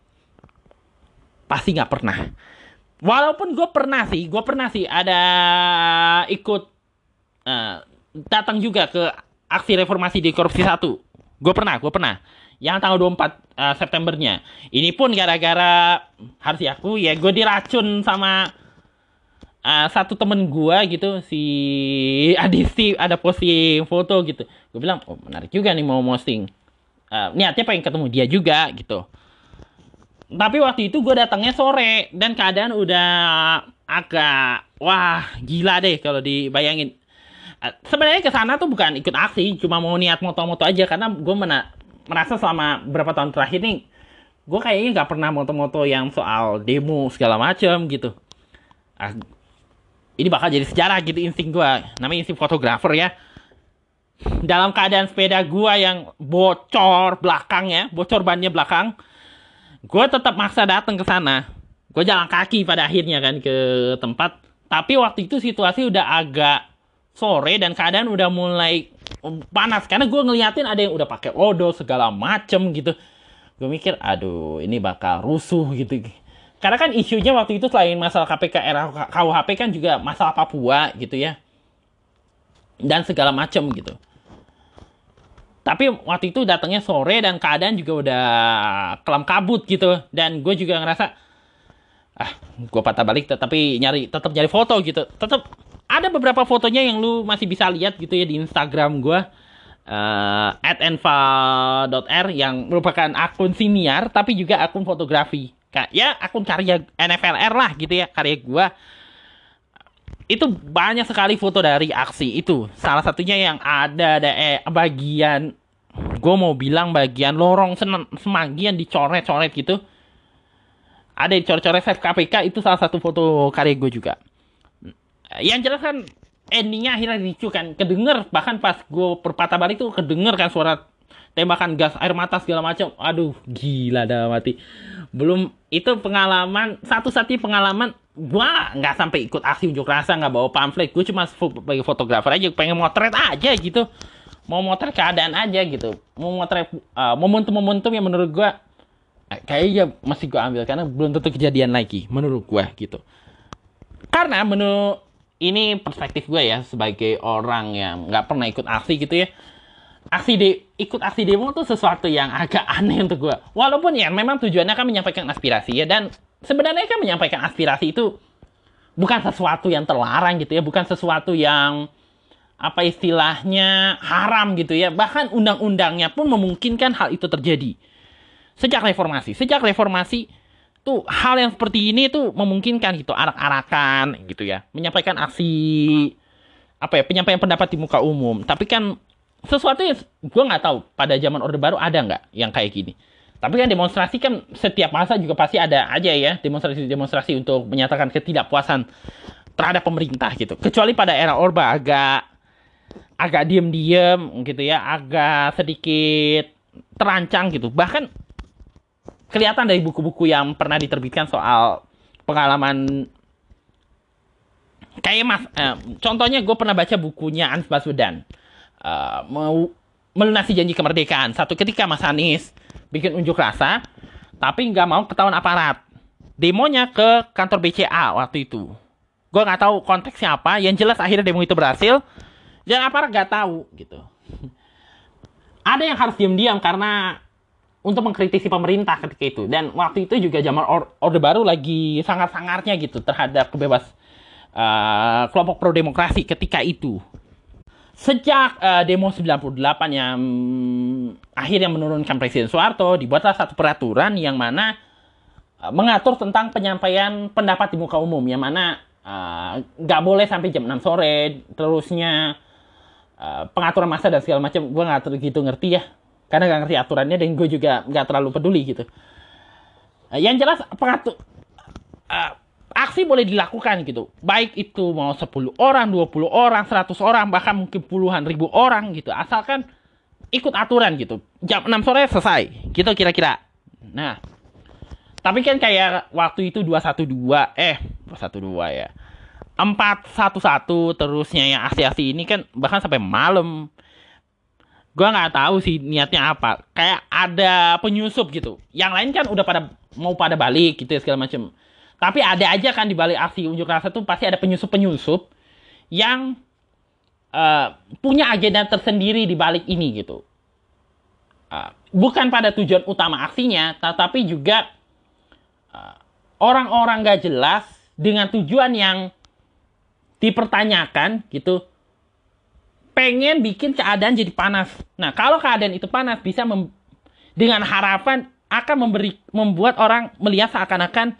Pasti nggak pernah. Walaupun gue pernah sih, gue pernah sih ada ikut uh, datang juga ke aksi reformasi di Korupsi satu. Gue pernah, gue pernah. Yang tanggal dua puluh empat uh, Septembernya. Ini pun gara-gara harus diakui ya, gue diracun sama uh, satu temen gue gitu, si Adisti ada posting foto gitu. Gue bilang, oh menarik juga nih mau posting. Uh, niatnya pengen ketemu dia juga gitu. Tapi waktu itu gue datangnya sore dan keadaan udah agak wah gila deh kalau dibayangin. Uh, Sebenarnya ke sana tuh bukan ikut aksi, cuma mau niat moto-moto aja karena gue mena merasa selama beberapa tahun terakhir nih gue kayaknya nggak pernah moto-moto yang soal demo segala macam gitu. Uh, ini bakal jadi sejarah gitu insting gue. Namanya insting fotografer ya. Dalam keadaan sepeda gue yang bocor belakangnya, bocor bannya belakang. Gue tetap maksa datang ke sana. Gue jalan kaki pada akhirnya kan ke tempat. Tapi waktu itu situasi udah agak sore dan keadaan udah mulai panas. Karena gue ngeliatin ada yang udah pakai odol segala macem gitu. Gue mikir, aduh ini bakal rusuh gitu. Karena kan isunya waktu itu selain masalah K P K R K U H P kan juga masalah Papua gitu ya. Dan segala macem gitu. Tapi waktu itu datangnya sore dan keadaan juga udah kelam kabut gitu. Dan gue juga ngerasa, ah gue patah balik tetapi nyari tetap nyari foto gitu. Tetap ada beberapa fotonya yang lu masih bisa lihat gitu ya di Instagram gue, uh, at enval dot r, yang merupakan akun siniar tapi juga akun fotografi. Kayak ya akun karya N F L R lah gitu ya, karya gue. Itu banyak sekali foto dari aksi itu. Salah satunya yang ada ada eh, bagian, gue mau bilang bagian lorong senen, semanggi yang dicoret-coret gitu. Ada dicoret-coret K P K, itu salah satu foto karya gue juga. Yang jelas kan endingnya akhirnya ricu kan, kedenger bahkan pas gue perpatah balik tuh kedenger kan suara tembakan gas air mata segala macam. Aduh gila dah mati. Belum itu pengalaman satu-satunya pengalaman gue nggak sampai ikut aksi unjuk rasa, nggak bawa pamflet, gue cuma sebagai fotografer aja, pengen motret aja gitu, mau motret keadaan aja gitu, mau motret uh, momentum-momentum yang menurut gue eh, kayaknya masih gue ambil karena belum tentu kejadian lagi menurut gue gitu. Karena menurut ini perspektif gue ya sebagai orang yang nggak pernah ikut aksi gitu ya, aksi de ikut aksi demo tuh sesuatu yang agak aneh untuk gue. Walaupun ya memang tujuannya kan menyampaikan aspirasi ya, dan sebenarnya kan menyampaikan aspirasi itu bukan sesuatu yang terlarang gitu ya, bukan sesuatu yang apa istilahnya haram gitu ya. Bahkan undang-undangnya pun memungkinkan hal itu terjadi. Sejak reformasi, sejak reformasi tuh hal yang seperti ini tuh memungkinkan gitu, arak-arakan gitu ya, menyampaikan aksi apa ya, penyampaian pendapat di muka umum. Tapi kan sesuatu yang gue nggak tahu pada zaman Orde Baru ada nggak yang kayak gini. Tapi kan demonstrasi kan setiap masa juga pasti ada aja ya, demonstrasi-demonstrasi untuk menyatakan ketidakpuasan terhadap pemerintah gitu. Kecuali pada era Orba agak agak diem-diem gitu ya, agak sedikit terancang gitu. Bahkan kelihatan dari buku-buku yang pernah diterbitkan soal pengalaman kayak mas, eh, contohnya gue pernah baca bukunya Anies Baswedan, uh, mau melunasi janji kemerdekaan. Satu ketika Mas Anies bikin unjuk rasa, tapi nggak mau ketahuan aparat. Demonya ke kantor B C A waktu itu. Gue nggak tahu konteksnya apa. Yang jelas akhirnya demo itu berhasil, dan aparat nggak tahu gitu. Ada yang harus diam-diam karena untuk mengkritisi pemerintah ketika itu. Dan waktu itu juga zaman Orde Baru lagi sangat-sangatnya gitu terhadap kebebas uh, kelompok pro demokrasi ketika itu. Sejak uh, demo sembilan puluh delapan yang akhirnya menurunkan Presiden Soeharto, dibuatlah satu peraturan yang mana uh, mengatur tentang penyampaian pendapat di muka umum, yang mana nggak uh, boleh sampai jam enam sore, terusnya uh, pengaturan massa dan segala macam. Gue nggak begitu ngerti ya, karena nggak ngerti aturannya, dan gue juga nggak terlalu peduli gitu. Uh, yang jelas pengatur uh, aksi boleh dilakukan gitu, baik itu mau sepuluh orang, dua puluh orang, seratus orang, bahkan mungkin puluhan ribu orang gitu, asalkan ikut aturan gitu. Jam enam sore selesai gitu kira-kira. Nah, tapi kan kayak waktu itu dua satu dua, eh dua satu dua ya, empat satu satu, terusnya yang aksi-aksi ini kan bahkan sampai malam. Gue nggak tahu sih niatnya apa, kayak ada penyusup gitu. Yang lain kan udah pada mau pada balik gitu ya segala macam. Tapi ada aja kan di balik aksi unjuk rasa tuh pasti ada penyusup-penyusup yang uh, punya agenda tersendiri di balik ini gitu. Uh, bukan pada tujuan utama aksinya, tetapi juga uh, orang-orang gak jelas dengan tujuan yang dipertanyakan gitu, pengen bikin keadaan jadi panas. Nah, kalau keadaan itu panas bisa mem- dengan harapan akan memberi membuat orang melihat seakan-akan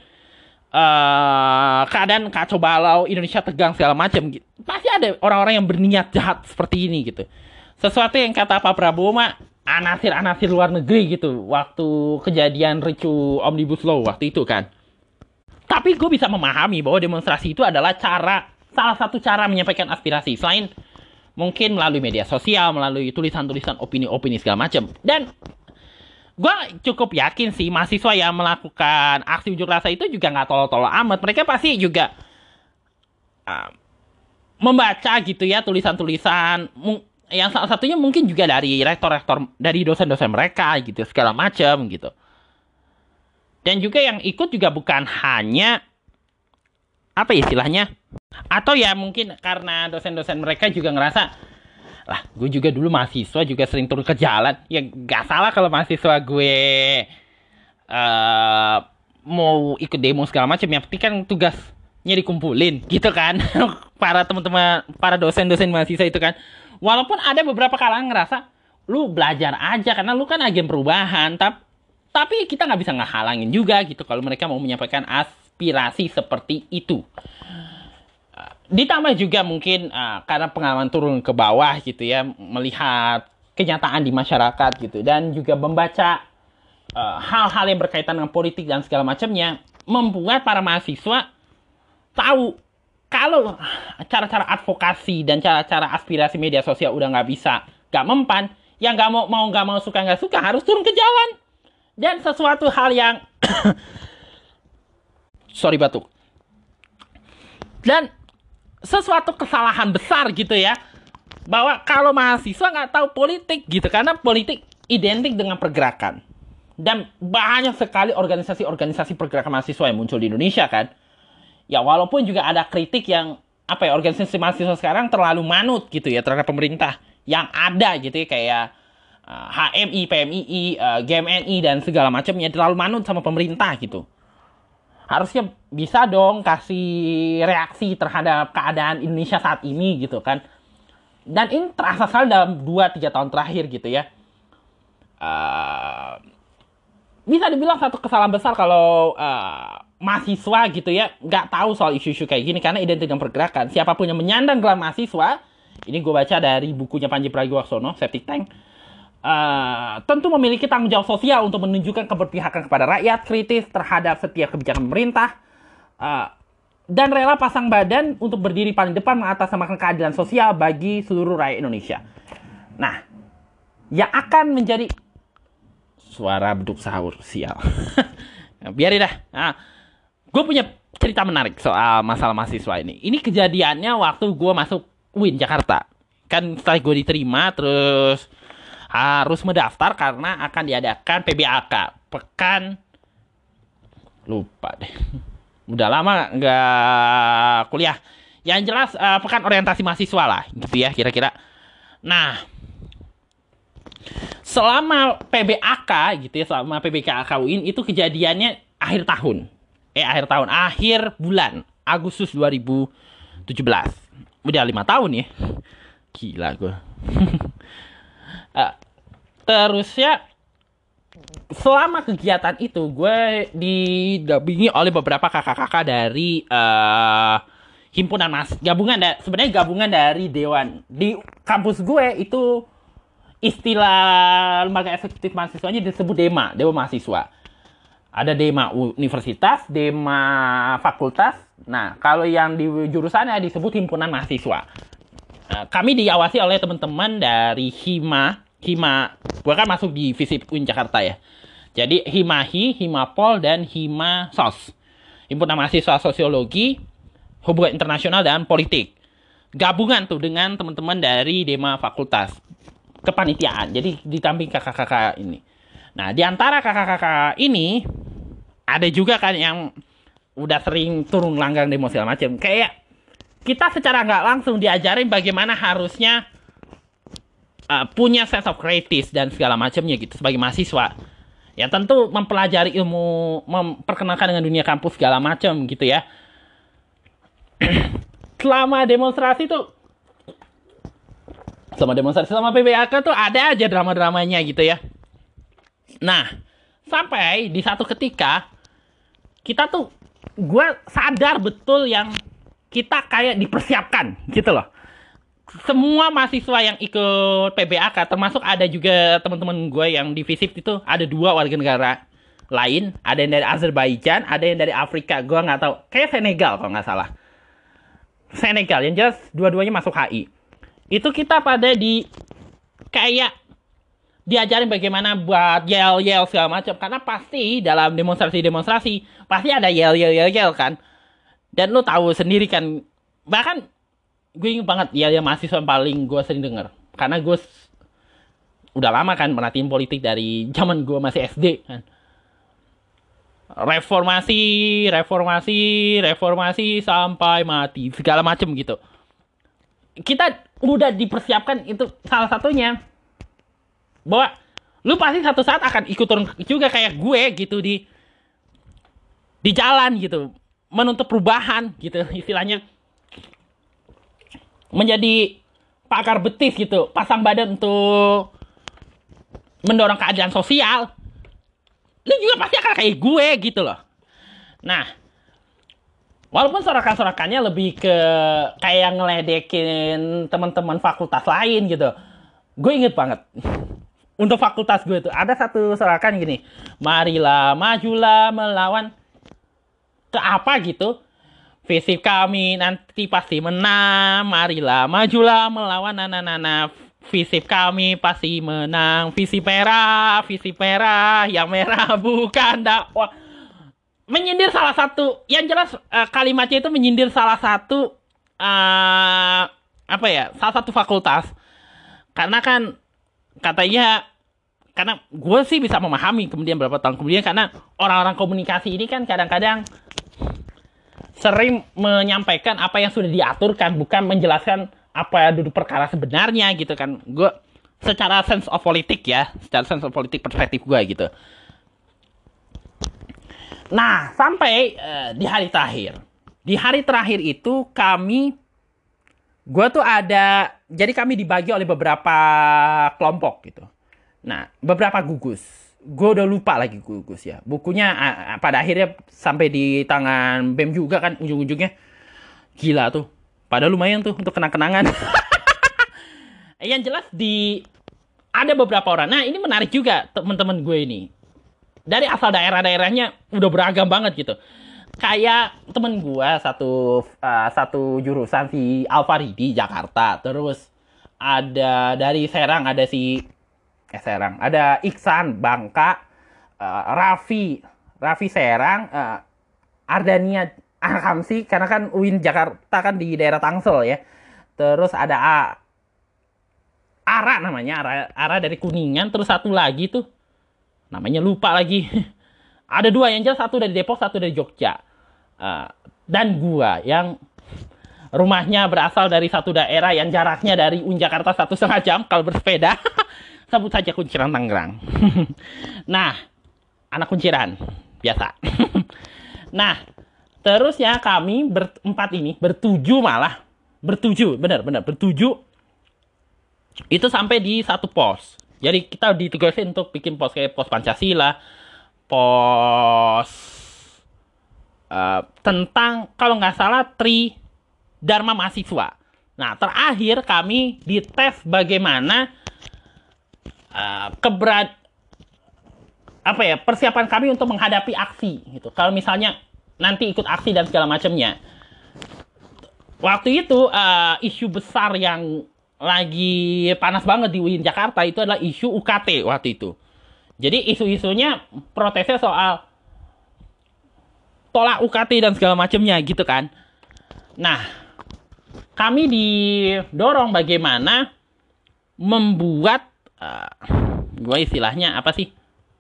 Uh, keadaan kacau balau, Indonesia tegang segala macam gitu. Pasti ada orang-orang yang berniat jahat seperti ini gitu. Sesuatu yang kata Pak Prabowo mah anasir-anasir luar negeri gitu waktu kejadian ricu Omnibus Law waktu itu kan. Tapi gue bisa memahami bahwa demonstrasi itu adalah cara, salah satu cara menyampaikan aspirasi, selain mungkin melalui media sosial, melalui tulisan-tulisan opini-opini segala macam. Dan gue cukup yakin sih mahasiswa yang melakukan aksi unjuk rasa itu juga nggak tolol-tolol amat. Mereka pasti juga uh, membaca gitu ya tulisan-tulisan yang salah satunya mungkin juga dari rektor-rektor, dari dosen-dosen mereka gitu segala macam gitu. Dan juga yang ikut juga bukan hanya apa istilahnya, atau ya mungkin karena dosen-dosen mereka juga ngerasa, lah gue juga dulu mahasiswa juga sering turun ke jalan, ya gak salah kalau mahasiswa gue uh, mau ikut demo segala macam. Yang penting kan tugas dikumpulin gitu kan. Para teman-teman, para dosen-dosen mahasiswa itu kan. Walaupun ada beberapa kalangan ngerasa lu belajar aja karena lu kan agen perubahan, tapi tapi kita nggak bisa ngehalangin juga gitu kalau mereka mau menyampaikan aspirasi seperti itu. Ditambah juga mungkin uh, karena pengalaman turun ke bawah gitu ya, melihat kenyataan di masyarakat gitu, dan juga membaca uh, hal-hal yang berkaitan dengan politik dan segala macamnya, membuat para mahasiswa tahu kalau cara-cara advokasi dan cara-cara aspirasi media sosial udah nggak bisa, nggak mempan, yang nggak mau mau nggak mau suka nggak suka harus turun ke jalan. Dan sesuatu hal yang sorry batuk. Dan sesuatu kesalahan besar gitu ya, bahwa kalau mahasiswa nggak tahu politik gitu, karena politik identik dengan pergerakan. Dan banyak sekali organisasi-organisasi pergerakan mahasiswa yang muncul di Indonesia kan. Ya walaupun juga ada kritik yang apa ya, organisasi mahasiswa sekarang terlalu manut gitu ya terhadap pemerintah yang ada gitu ya, kayak uh, H M I, P M I I, uh, G M N I dan segala macamnya terlalu manut sama pemerintah gitu. Harusnya bisa dong kasih reaksi terhadap keadaan Indonesia saat ini gitu kan. Dan ini terasa sekali dalam dua tiga tahun terakhir gitu ya. Uh, bisa dibilang satu kesalahan besar kalau uh, mahasiswa gitu ya nggak tahu soal isu-isu kayak gini karena identik dengan pergerakan. Siapapun yang menyandang gelar mahasiswa, ini gue baca dari bukunya Panji Pragiwaksono, Septic Tank, uh, tentu memiliki tanggung jawab sosial untuk menunjukkan keberpihakan kepada rakyat, kritis terhadap setiap kebijakan pemerintah, uh, dan rela pasang badan untuk berdiri paling depan mengatasnamakan keadilan sosial bagi seluruh rakyat Indonesia. Nah, yang akan menjadi suara beduk sahur sial. Biarin dah. Nah, gue punya cerita menarik soal masalah mahasiswa ini. Ini kejadiannya waktu gue masuk U I N Jakarta. Kan setelah gue diterima, terus harus mendaftar karena akan diadakan P B A K. Pekan... Lupa deh. Udah lama nggak kuliah. Yang jelas uh, pekan orientasi mahasiswa lah. Gitu ya kira-kira. Nah, selama P B A K gitu ya, selama P B K A K U I N itu kejadiannya akhir tahun. Eh akhir tahun, akhir bulan Agustus dua ribu tujuh belas. Udah lima tahun ya. Gila gue. uh, terus ya, selama kegiatan itu gue didampingi oleh beberapa kakak-kakak dari uh, himpunan mas gabungan da- sebenarnya gabungan dari dewan di kampus gue itu. Istilah lembaga eksekutif mahasiswanya disebut DEMA, Dewan Mahasiswa. Ada DEMA Universitas, DEMA Fakultas. Nah, kalau yang di jurusannya disebut Himpunan Mahasiswa. Nah, kami diawasi oleh teman-teman dari Hima. Hima, gue kan masuk di FISIP U I N Jakarta ya. Jadi Himahi, Himapol, dan Himasos. Himpunan Mahasiswa Sosiologi, Hubungan Internasional, dan Politik. Gabungan tuh dengan teman-teman dari DEMA Fakultas. Kepanitiaan, jadi ditamping kakak-kakak ini. Nah, di antara kakak-kakak ini ada juga kan yang udah sering turun langgang demo segala macam. Kayak kita secara nggak langsung diajarin bagaimana harusnya uh, punya sense of kritis dan segala macamnya gitu sebagai mahasiswa. Ya tentu mempelajari ilmu, memperkenalkan dengan dunia kampus segala macam gitu ya. Selama demonstrasi tuh Selama demonstrasi, selama P B A K tuh ada aja drama-dramanya gitu ya. Nah, sampai di satu ketika, kita tuh, gue sadar betul yang kita kayak dipersiapkan gitu loh. Semua mahasiswa yang ikut P B A K, termasuk ada juga teman-teman gue yang di FISIP itu, ada dua warga negara lain. Ada yang dari Azerbaijan, ada yang dari Afrika. Gue nggak tahu, kayak Senegal kalau nggak salah. Senegal, yang jelas dua-duanya masuk H I. Itu kita pada di kayak diajarin bagaimana buat yel-yel segala macam, karena pasti dalam demonstrasi-demonstrasi pasti ada yel-yel-yel kan. Dan lo tahu sendiri kan, bahkan gue ingat banget yel-yel mahasiswa yang paling gue sering denger, karena gue udah lama kan merhatiin politik dari zaman gue masih S D kan. Reformasi, reformasi, reformasi sampai mati segala macam gitu. Kita udah dipersiapkan, itu salah satunya bahwa lu pasti satu saat akan ikut turun juga kayak gue gitu di di jalan gitu, menuntut perubahan gitu istilahnya, menjadi pakar betis gitu, pasang badan untuk mendorong keadilan sosial, lu juga pasti akan kayak gue gitu loh. Nah, walaupun sorakan-sorakannya lebih ke kayak ngeledekin teman-teman fakultas lain gitu, gue inget banget untuk fakultas gue tuh ada satu sorakan gini, marilah majulah melawan ke apa gitu, Visip kami nanti pasti menang. Marilah majulah melawan nana-nana. Visip kami pasti menang. Visip merah, visip merah, yang merah bukan dakwah. Menyindir salah satu, yang jelas uh, kalimatnya itu menyindir salah satu uh, apa ya, salah satu fakultas. Karena kan katanya, karena gue sih bisa memahami kemudian beberapa tahun kemudian, karena orang-orang komunikasi ini kan kadang-kadang sering menyampaikan apa yang sudah diaturkan, bukan menjelaskan apa duduk perkara sebenarnya gitu kan. Gue secara sense of politik ya, secara sense of politik perspektif gue gitu. Nah, sampai uh, di hari terakhir. Di hari terakhir itu kami, gue tuh ada, jadi kami dibagi oleh beberapa kelompok gitu. Nah, beberapa gugus. Gue udah lupa lagi gugus ya. Bukunya uh, pada akhirnya sampai di tangan B E M juga kan ujung-ujungnya. Gila tuh. Padahal lumayan tuh untuk kenang-kenangan. Yang jelas di ada beberapa orang. Nah, ini menarik juga teman-teman gue ini. Dari asal daerah-daerahnya udah beragam banget gitu. Kayak temen gue satu uh, satu jurusan si Alfaridi Jakarta. Terus ada dari Serang ada si Eh Serang, ada Iksan Bangka, uh, Raffi, Raffi Serang, uh, Ardania Arhamsi, karena kan U I N Jakarta kan di daerah Tangsel ya. Terus ada A, Ara namanya, Ara, Ara dari Kuningan. Terus satu lagi tuh, namanya lupa lagi. Ada dua, yang jelas satu dari Depok, satu dari Jogja. Uh, dan gua yang rumahnya berasal dari satu daerah yang jaraknya dari U I N Jakarta satu setengah jam kalau bersepeda. Sebut saja Kunciran Tangerang. Nah, anak Kunciran biasa. Nah, terus ya kami berempat ini, bertujuh malah, bertujuh, benar-benar bertujuh. Itu sampai di satu pos. Jadi kita ditugasin untuk bikin pos kayak pos Pancasila, pos uh, tentang kalau nggak salah Tri Dharma Mahasiswa. Nah, terakhir kami dites bagaimana Uh, keberat apa ya persiapan kami untuk menghadapi aksi gitu. Kalau misalnya nanti ikut aksi dan segala macamnya. Waktu itu uh, isu besar yang lagi panas banget di U I N Jakarta itu adalah isu U K T waktu itu. Jadi isu-isunya protesnya soal tolak U K T dan segala macamnya gitu kan. Nah, kami didorong bagaimana membuat Uh, gue istilahnya apa sih?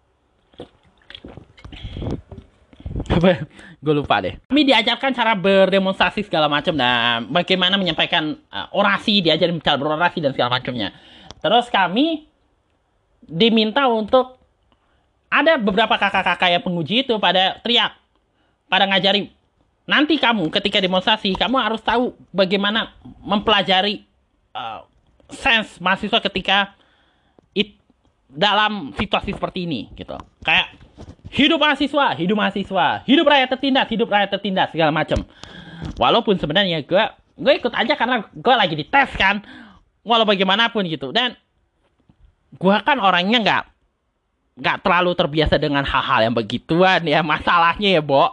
Apa? Gue lupa deh. Kami diajarkan cara berdemonstrasi segala macam dan bagaimana menyampaikan uh, orasi, diajarin cara berorasi dan segala macamnya. Terus kami diminta untuk ada beberapa kakak-kakak yang penguji itu pada teriak, pada ngajari. Nanti kamu ketika demonstrasi kamu harus tahu bagaimana mempelajari uh, sense mahasiswa ketika dalam situasi seperti ini gitu. Kayak hidup mahasiswa, hidup mahasiswa, hidup rakyat tertindas, hidup rakyat tertindas segala macam. Walaupun sebenarnya gue gue ikut aja karena gue lagi dites kan. Walau bagaimanapun gitu. Dan gue kan orangnya nggak nggak terlalu terbiasa dengan hal-hal yang begituan ya, masalahnya ya, Bo.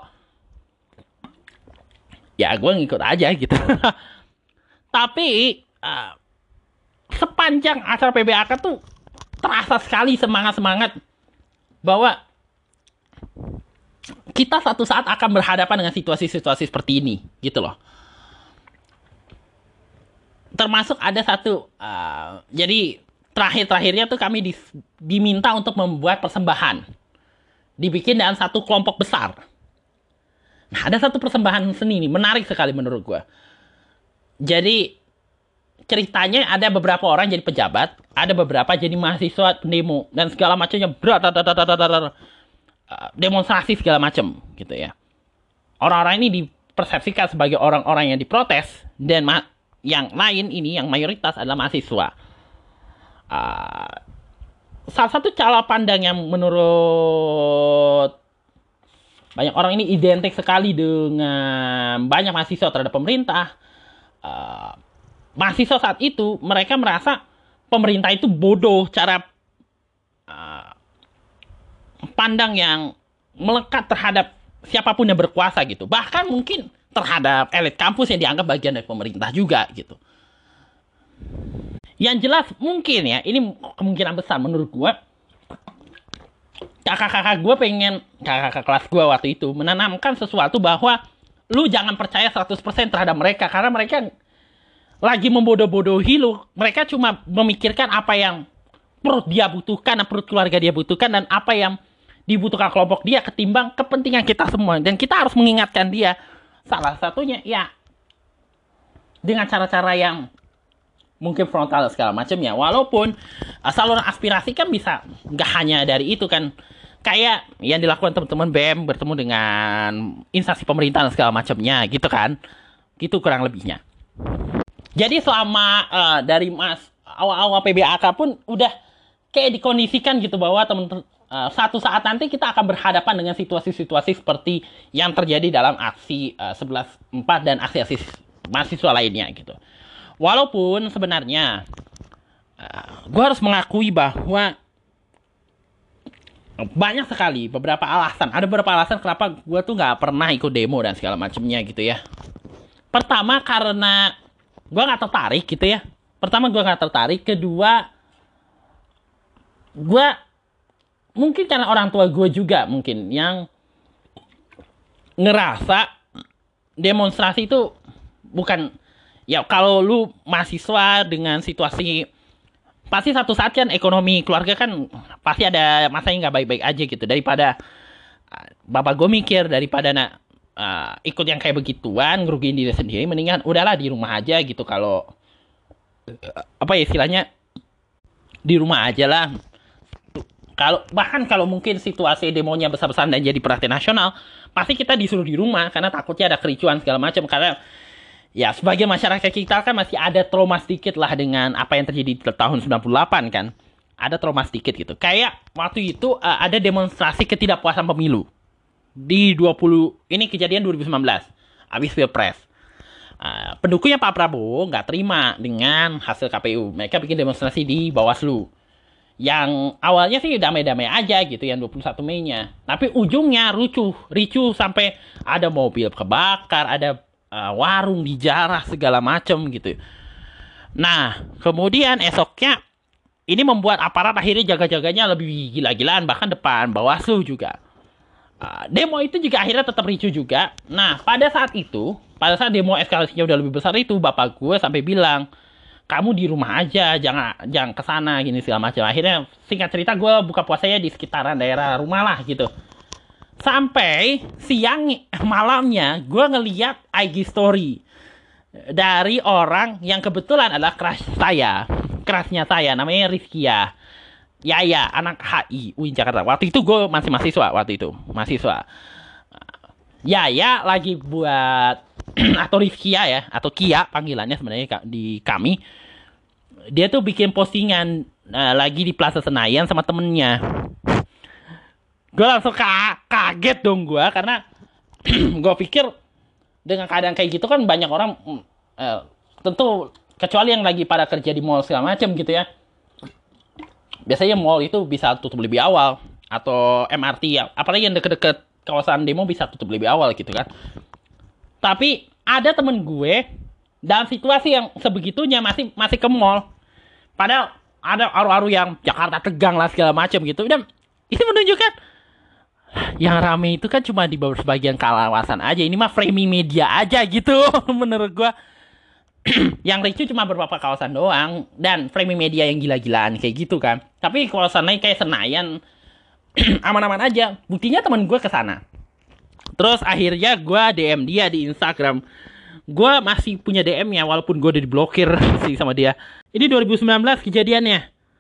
Ya gue ngikut aja gitu. Tapi uh, sepanjang acara P B A K tuh terasa sekali semangat-semangat bahwa kita satu saat akan berhadapan dengan situasi-situasi seperti ini, gitu loh. Termasuk ada satu, uh, jadi terakhir-terakhirnya tuh kami di, diminta untuk membuat persembahan. Dibikin dalam satu kelompok besar. Nah, ada satu persembahan seni ini, menarik sekali menurut gue. Jadi, ceritanya ada beberapa orang jadi pejabat, ada beberapa jadi mahasiswa demo dan segala macamnya, demonstrasi segala macam gitu ya. Orang-orang ini dipersepsikan sebagai orang-orang yang diprotes, dan yang lain ini yang mayoritas adalah mahasiswa. Uh, salah satu cara pandang yang menurut banyak orang ini identik sekali dengan banyak mahasiswa terhadap pemerintah. Uh, mahasiswa saat itu mereka merasa pemerintah itu bodoh, cara uh, pandang yang melekat terhadap siapapun yang berkuasa gitu. Bahkan mungkin terhadap elit kampus yang dianggap bagian dari pemerintah juga gitu. Yang jelas mungkin ya, ini kemungkinan besar menurut gue, kakak-kakak gue pengen, kakak-kakak kelas gue waktu itu menanamkan sesuatu bahwa lu jangan percaya seratus persen terhadap mereka, karena mereka lagi membodoh-bodohi lu. Mereka cuma memikirkan apa yang perut dia butuhkan, perut keluarga dia butuhkan, dan apa yang dibutuhkan kelompok dia ketimbang kepentingan kita semua. Dan kita harus mengingatkan dia, salah satunya ya dengan cara-cara yang mungkin frontal segala macamnya. Walaupun uh, saluran aspirasi kan bisa nggak hanya dari itu kan, kayak yang dilakukan teman-teman B E M bertemu dengan instansi pemerintahan segala macamnya gitu kan, gitu kurang lebihnya. Jadi selama uh, dari mas awal-awal P B A K pun udah kayak dikondisikan gitu bahwa teman-teman Uh, satu saat nanti kita akan berhadapan dengan situasi-situasi seperti yang terjadi dalam aksi uh, sebelas empat dan aksi-aksi mahasiswa lainnya gitu. Walaupun sebenarnya uh, gue harus mengakui bahwa banyak sekali beberapa alasan. Ada beberapa alasan kenapa gue tuh nggak pernah ikut demo dan segala macamnya gitu ya. Pertama karena gue nggak tertarik gitu ya. Pertama gue nggak tertarik. Kedua, gue mungkin karena orang tua gue juga mungkin yang ngerasa demonstrasi itu bukan, ya kalau lu mahasiswa dengan situasi, pasti satu saat kan ekonomi keluarga kan pasti ada masa yang nggak baik-baik aja gitu. Daripada uh, bapak gue mikir, daripada nak uh, ikut yang kayak begituan ngerugiin diri sendiri, mendingan udahlah di rumah aja gitu. Kalau uh, apa ya istilahnya, di rumah aja lah. Kalau bahkan kalau mungkin situasi demonya besar-besaran dan jadi perhatian nasional, pasti kita disuruh di rumah karena takutnya ada kericuan segala macam. Karena ya sebagai masyarakat kita kan masih ada trauma sedikit lah dengan apa yang terjadi di tahun sembilan puluh delapan kan. Ada trauma sedikit gitu. Kayak waktu itu uh, ada demonstrasi ketidakpuasan pemilu di dua puluh, ini kejadian dua ribu sembilan belas habis Pilpres. Uh, pendukungnya Pak Prabowo nggak terima dengan hasil K P U. Mereka bikin demonstrasi di Bawaslu. Yang awalnya sih damai-damai aja gitu yang dua puluh satu Mei-nya. Tapi ujungnya ricuh, ricuh sampai ada mobil kebakar, ada uh, warung dijarah segala macem gitu. Nah, kemudian esoknya ini membuat aparat akhirnya jaga-jaganya lebih gila-gilaan, bahkan depan Bawaslu juga. Uh, demo itu juga akhirnya tetap ricuh juga. Nah, pada saat itu, pada saat demo eskalasinya udah lebih besar itu, bapak gue sampai bilang, kamu di rumah aja, jangan jangan kesana gini segala macam. Akhirnya singkat cerita gue buka puasanya di sekitaran daerah rumah lah gitu. Sampai siang malamnya gue ngeliat I G story dari orang yang kebetulan adalah crush saya, crushnya saya, namanya Rizkia. Ya ya, anak H I U I N Jakarta. Waktu itu gue masih mahasiswa waktu itu, mahasiswa. Ya ya lagi buat atau Rizkia ya, atau Kia panggilannya sebenarnya di kami. Dia tuh bikin postingan uh, lagi di Plaza Senayan sama temennya. Gue langsung ka kaget dong gue, karena gue pikir dengan keadaan kayak gitu kan banyak orang uh, tentu kecuali yang lagi pada kerja di mall segala macam gitu ya. Biasanya mall itu bisa tutup lebih awal, atau M R T ya, apalagi yang deket-deket kawasan demo bisa tutup lebih awal gitu kan. Tapi ada temen gue dalam situasi yang sebegitunya masih masih ke mall. Padahal ada aru-aru yang Jakarta tegang lah segala macam gitu. Dan itu menunjukkan yang rame itu kan cuma di bawah sebagian kawasan aja. Ini mah framing media aja gitu menurut gue. Yang ricu cuma beberapa kawasan doang, dan framing media yang gila-gilaan kayak gitu kan. Tapi kawasan lain kayak Senayan aman-aman aja. Buktinya temen gue kesana. Terus akhirnya gue D M dia di Instagram. Gue masih punya D M-nya walaupun gue udah diblokir sih sama dia. Ini dua ribu sembilan belas kejadiannya.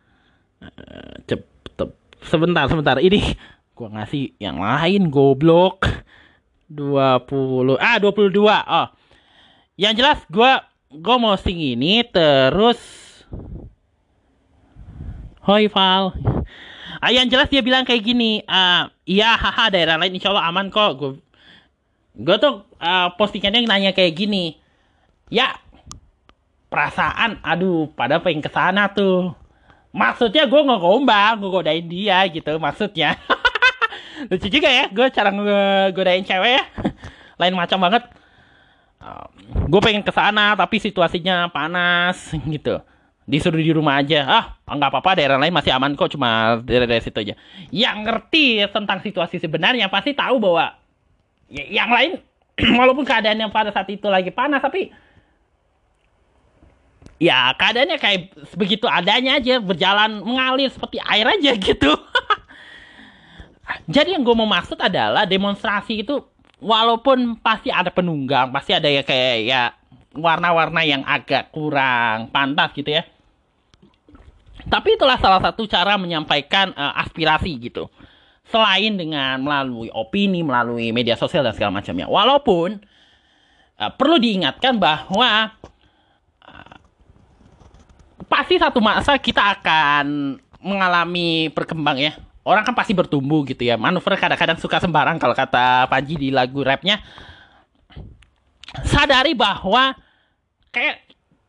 Cep, cep, sebentar, sebentar. Ini gue ngasih yang lain, goblok. dua puluh ah dua puluh dua. Oh. Yang jelas gue gue mau sing ini terus Hoi Val. Ah, yang jelas dia bilang kayak gini, uh, iya haha daerah lain insya Allah aman kok. Gue gue tuh uh, postingannya nanya kayak gini. Ya perasaan aduh pada pengen kesana tuh. Maksudnya gue nggak gombal, gue godain dia gitu maksudnya. Lucu juga ya, gue cara ngegodain cewek ya. Lain macam banget. Uh, gue pengen kesana tapi situasinya panas gitu. Disuruh di rumah aja. Ah, nggak apa-apa, daerah lain masih aman kok, cuma daerah-daerah situ aja. Yang ngerti tentang situasi sebenarnya pasti tahu bahwa ya, yang lain walaupun keadaan yang pada saat itu lagi panas, tapi ya keadaannya kayak begitu adanya aja, berjalan mengalir seperti air aja gitu. Jadi yang gue mau maksud adalah demonstrasi itu walaupun pasti ada penunggang, pasti ada ya kayak ya warna-warna yang agak kurang pantas gitu ya. Tapi itulah salah satu cara menyampaikan uh, aspirasi gitu. Selain dengan melalui opini, melalui media sosial dan segala macamnya. Walaupun uh, perlu diingatkan bahwa uh, pasti satu masa kita akan mengalami berkembang ya. Orang kan pasti bertumbuh gitu ya. Manuver kadang-kadang suka sembarang kalau kata Panji di lagu rapnya. Sadari bahwa kayak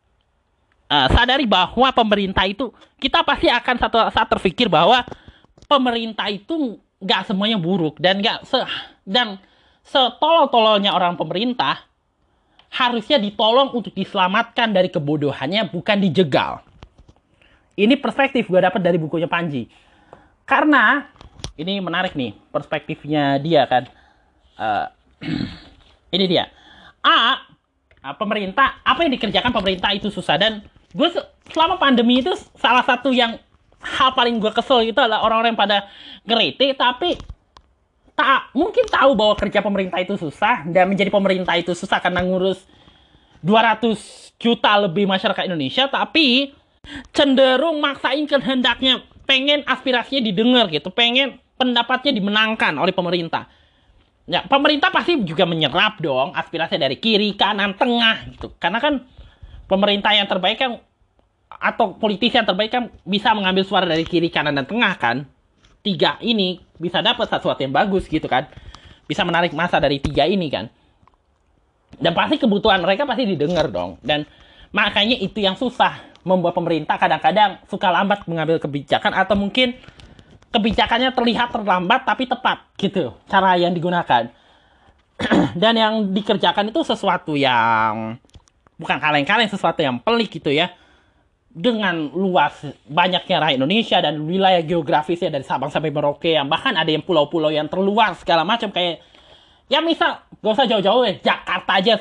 Uh, sadari bahwa pemerintah itu, kita pasti akan satu saat terpikir bahwa pemerintah itu nggak semuanya buruk dan nggak se dan setolol-tololnya orang pemerintah harusnya ditolong untuk diselamatkan dari kebodohannya, bukan dijegal. Ini perspektif gue dapat dari bukunya Panji. Karena ini menarik nih perspektifnya dia kan. Uh, ini dia. A, pemerintah, apa yang dikerjakan pemerintah itu susah, dan gue selama pandemi itu salah satu yang hal paling gue kesel itu adalah orang-orang yang pada ngerete tapi tak mungkin tahu bahwa kerja pemerintah itu susah, dan menjadi pemerintah itu susah karena ngurus dua ratus juta lebih masyarakat Indonesia, tapi cenderung maksain kehendaknya, pengen aspirasinya didengar gitu, pengen pendapatnya dimenangkan oleh pemerintah. Ya, pemerintah pasti juga menyerap dong aspirasi dari kiri, kanan, tengah gitu. Karena kan pemerintah yang terbaik kan, atau politisi yang terbaik kan bisa mengambil suara dari kiri, kanan, dan tengah kan. Tiga ini bisa dapat sesuatu yang bagus gitu kan. Bisa menarik massa dari tiga ini kan. Dan pasti kebutuhan mereka pasti didengar dong. Dan makanya itu yang susah, membuat pemerintah kadang-kadang suka lambat mengambil kebijakan, atau mungkin kebijakannya terlihat terlambat tapi tepat gitu cara yang digunakan. Dan yang dikerjakan itu sesuatu yang bukan kaleng-kaleng, sesuatu yang pelik gitu ya. Dengan luas banyaknya rakyat Indonesia dan wilayah geografisnya dari Sabang sampai Merauke, yang bahkan ada yang pulau-pulau yang terluar segala macam, kayak ya misal gak usah jauh-jauh ya, Jakarta aja,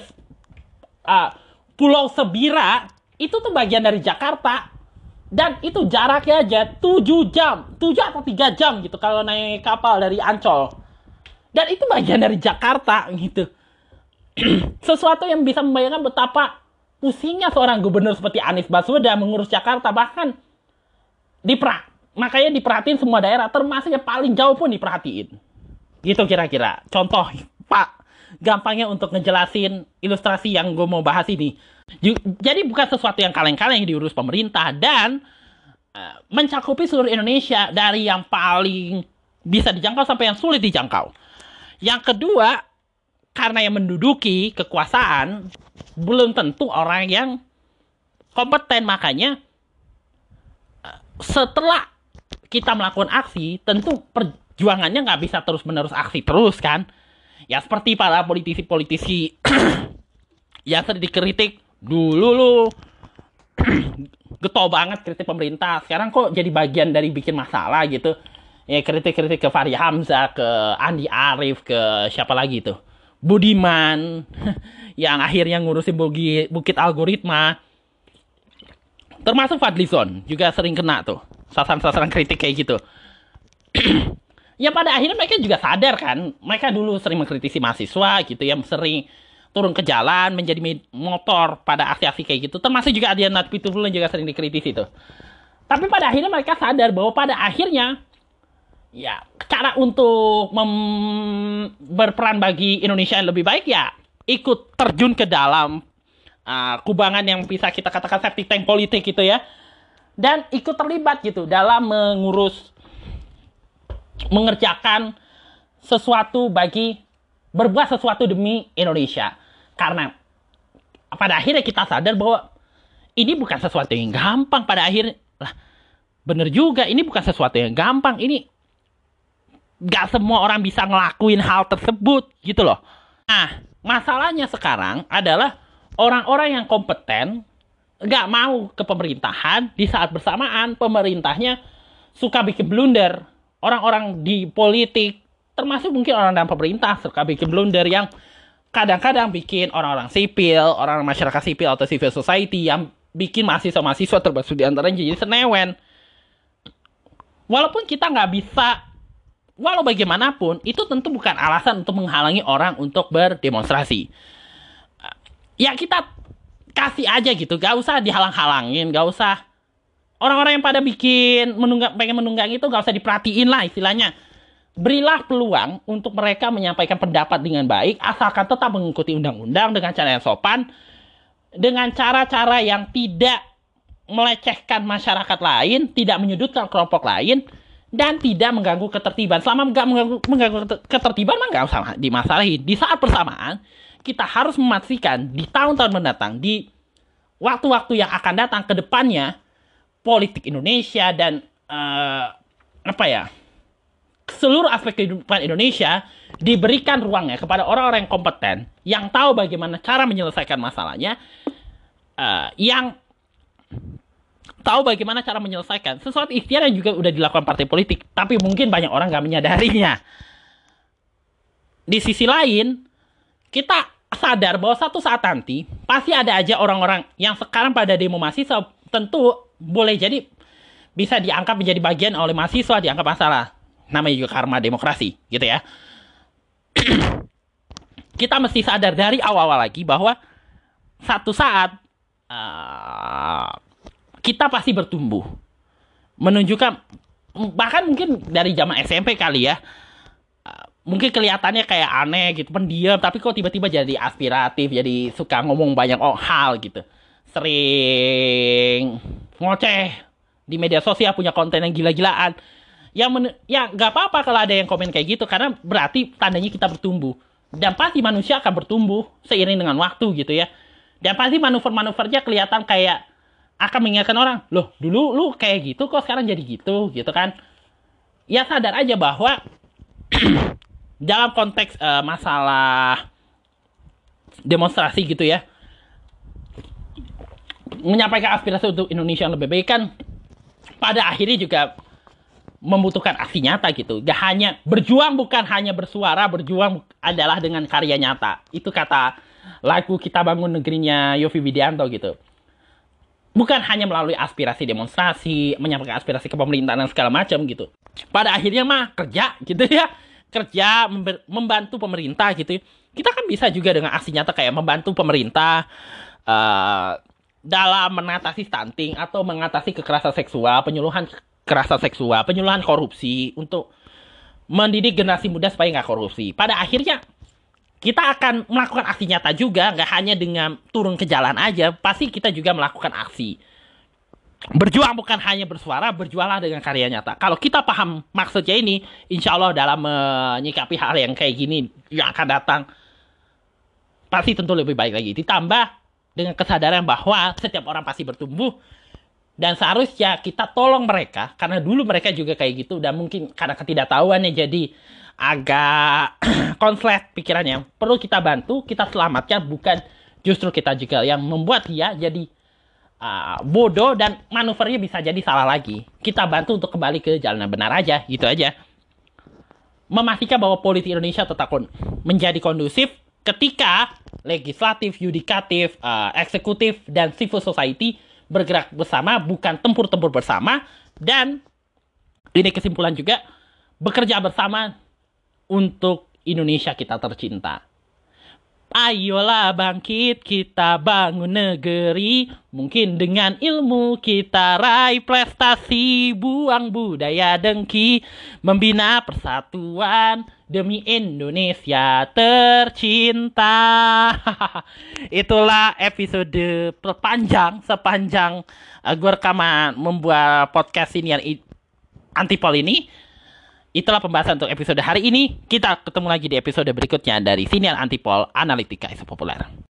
uh, Pulau Sebira itu tuh bagian dari Jakarta, dan itu jaraknya aja tujuh jam, tujuh atau tiga jam gitu kalau naik kapal dari Ancol, dan itu bagian dari Jakarta gitu. Sesuatu yang bisa membayangkan betapa pusingnya seorang gubernur seperti Anies Baswedan mengurus Jakarta, bahkan dipra makanya diperhatiin semua daerah, termasuk yang paling jauh pun diperhatiin. Gitu kira-kira contoh Pak gampangnya untuk ngejelasin ilustrasi yang gue mau bahas ini. Jadi bukan sesuatu yang kaleng-kaleng yang diurus pemerintah, dan uh, mencakupi seluruh Indonesia dari yang paling bisa dijangkau sampai yang sulit dijangkau. Yang kedua, karena yang menduduki kekuasaan belum tentu orang yang kompeten, makanya setelah kita melakukan aksi, tentu perjuangannya nggak bisa terus-menerus aksi terus kan. Ya seperti para politisi-politisi yang sering dikritik, dulu lu getol banget kritik pemerintah, sekarang kok jadi bagian dari bikin masalah gitu. Ya kritik-kritik ke Fahri Hamzah, ke Andi Arief, ke siapa lagi tuh, Budiman, yang akhirnya ngurusin bugi, bukit algoritma. Termasuk Fadlizon juga sering kena tuh sasaran-sasaran kritik kayak gitu. Ya pada akhirnya mereka juga sadar kan, mereka dulu sering mengkritisi mahasiswa gitu, yang sering turun ke jalan menjadi motor pada aksi-aksi kayak gitu. Termasuk juga Adian Pitulun juga sering dikritisi tuh. Tapi pada akhirnya mereka sadar bahwa pada akhirnya ya cara untuk mem- berperan bagi Indonesia yang lebih baik ya ikut terjun ke dalam uh, kubangan yang bisa kita katakan septic tank politik gitu ya, dan ikut terlibat gitu dalam mengurus mengerjakan sesuatu bagi berbuat sesuatu demi Indonesia. Karena pada akhirnya kita sadar bahwa ini bukan sesuatu yang gampang. Pada akhirnya lah, bener juga, ini bukan sesuatu yang gampang. Ini gak semua orang bisa ngelakuin hal tersebut gitu loh. Nah, masalahnya sekarang adalah orang-orang yang kompeten gak mau ke pemerintahan di saat bersamaan pemerintahnya suka bikin blunder. Orang-orang di politik, termasuk mungkin orang dalam pemerintah, suka bikin blunder yang kadang-kadang bikin orang-orang sipil, orang masyarakat sipil atau civil society yang bikin mahasiswa-mahasiswa termasuk diantaranya jadi senewen. Walaupun kita nggak bisa, walau bagaimanapun, itu tentu bukan alasan untuk menghalangi orang untuk berdemonstrasi. Ya kita kasih aja gitu, gak usah dihalang-halangin, gak usah. Orang-orang yang pada bikin menunggang, pengen menunggang itu gak usah diperhatiin lah istilahnya. Berilah peluang untuk mereka menyampaikan pendapat dengan baik, asalkan tetap mengikuti undang-undang dengan cara yang sopan, dengan cara-cara yang tidak melecehkan masyarakat lain, tidak menyudutkan kelompok lain, dan tidak mengganggu ketertiban. Selama nggak mengganggu, mengganggu ketertiban, mah nggak usah dimasalahin. Di saat bersamaan, kita harus memastikan di tahun-tahun mendatang, di waktu-waktu yang akan datang ke depannya, politik Indonesia dan uh, apa ya, seluruh aspek kehidupan Indonesia diberikan ruangnya kepada orang-orang yang kompeten, yang tahu bagaimana cara menyelesaikan masalahnya, uh, yang tahu bagaimana cara menyelesaikan sesuatu ikhtiar yang juga udah dilakukan partai politik, tapi mungkin banyak orang nggak menyadarinya. Di sisi lain, kita sadar bahwa satu saat nanti pasti ada aja orang-orang yang sekarang pada demo mahasiswa, tentu boleh jadi bisa dianggap menjadi bagian oleh mahasiswa, dianggap masalah. Namanya juga karma demokrasi, gitu ya. Kita mesti sadar dari awal-awal lagi bahwa satu saat uh, kita pasti bertumbuh. Menunjukkan, bahkan mungkin dari zaman S M P kali ya, uh, mungkin kelihatannya kayak aneh gitu, pendiam, tapi kok tiba-tiba jadi aspiratif, jadi suka ngomong banyak oh, hal gitu. Sering ngoceh di media sosial, punya konten yang gila-gilaan. Yang men- ya nggak apa-apa kalau ada yang komen kayak gitu, karena berarti tandanya kita bertumbuh. Dan pasti manusia akan bertumbuh seiring dengan waktu gitu ya. Dan pasti manuver-manuvernya kelihatan kayak akan mengingatkan orang, loh dulu lu kayak gitu kok sekarang jadi gitu gitu kan. Ya sadar aja bahwa dalam konteks uh, masalah demonstrasi gitu ya, menyampaikan aspirasi untuk Indonesia yang lebih baik kan pada akhirnya juga membutuhkan aksi nyata gitu. Gak hanya berjuang, bukan hanya bersuara, berjuang adalah dengan karya nyata. Itu kata lagu Kita Bangun Negerinya Yovie Widianto gitu. Bukan hanya melalui aspirasi demonstrasi, menyampaikan aspirasi ke pemerintahan dan segala macam gitu. Pada akhirnya mah kerja gitu ya. Kerja, membantu pemerintah gitu. Kita kan bisa juga dengan aksi nyata kayak membantu pemerintah uh, dalam mengatasi stunting atau mengatasi kekerasan seksual, penyuluhan kekerasan seksual, penyuluhan korupsi, untuk mendidik generasi muda supaya nggak korupsi. Pada akhirnya kita akan melakukan aksi nyata juga, nggak hanya dengan turun ke jalan aja, pasti kita juga melakukan aksi. Berjuang bukan hanya bersuara, berjuanglah dengan karya nyata. Kalau kita paham maksudnya ini, insya Allah dalam menyikapi hal yang kayak gini yang akan datang, pasti tentu lebih baik lagi. Ditambah dengan kesadaran bahwa setiap orang pasti bertumbuh, dan seharusnya kita tolong mereka, karena dulu mereka juga kayak gitu, dan mungkin karena ketidaktahuannya jadi agak konslet pikirannya. Perlu kita bantu, kita selamatkan, bukan justru kita juga yang membuat dia jadi uh, bodoh dan manuvernya bisa jadi salah lagi. Kita bantu untuk kembali ke jalan yang benar aja, gitu aja. Memastikan bahwa politik Indonesia tetap kon- menjadi kondusif ketika legislatif, yudikatif, uh, eksekutif, dan civil society bergerak bersama, bukan tempur-tempur bersama. Dan ini kesimpulan juga, bekerja bersama untuk Indonesia kita tercinta. Ayolah bangkit, kita bangun negeri. Mungkin dengan ilmu kita raih prestasi. Buang budaya dengki, membina persatuan demi Indonesia tercinta. Itulah episode terpanjang sepanjang uh, gue rekaman membuat podcast ini yang Antipol ini. Itulah pembahasan untuk episode hari ini. Kita ketemu lagi di episode berikutnya dari Siniar Antipol Analitika Isu Populer.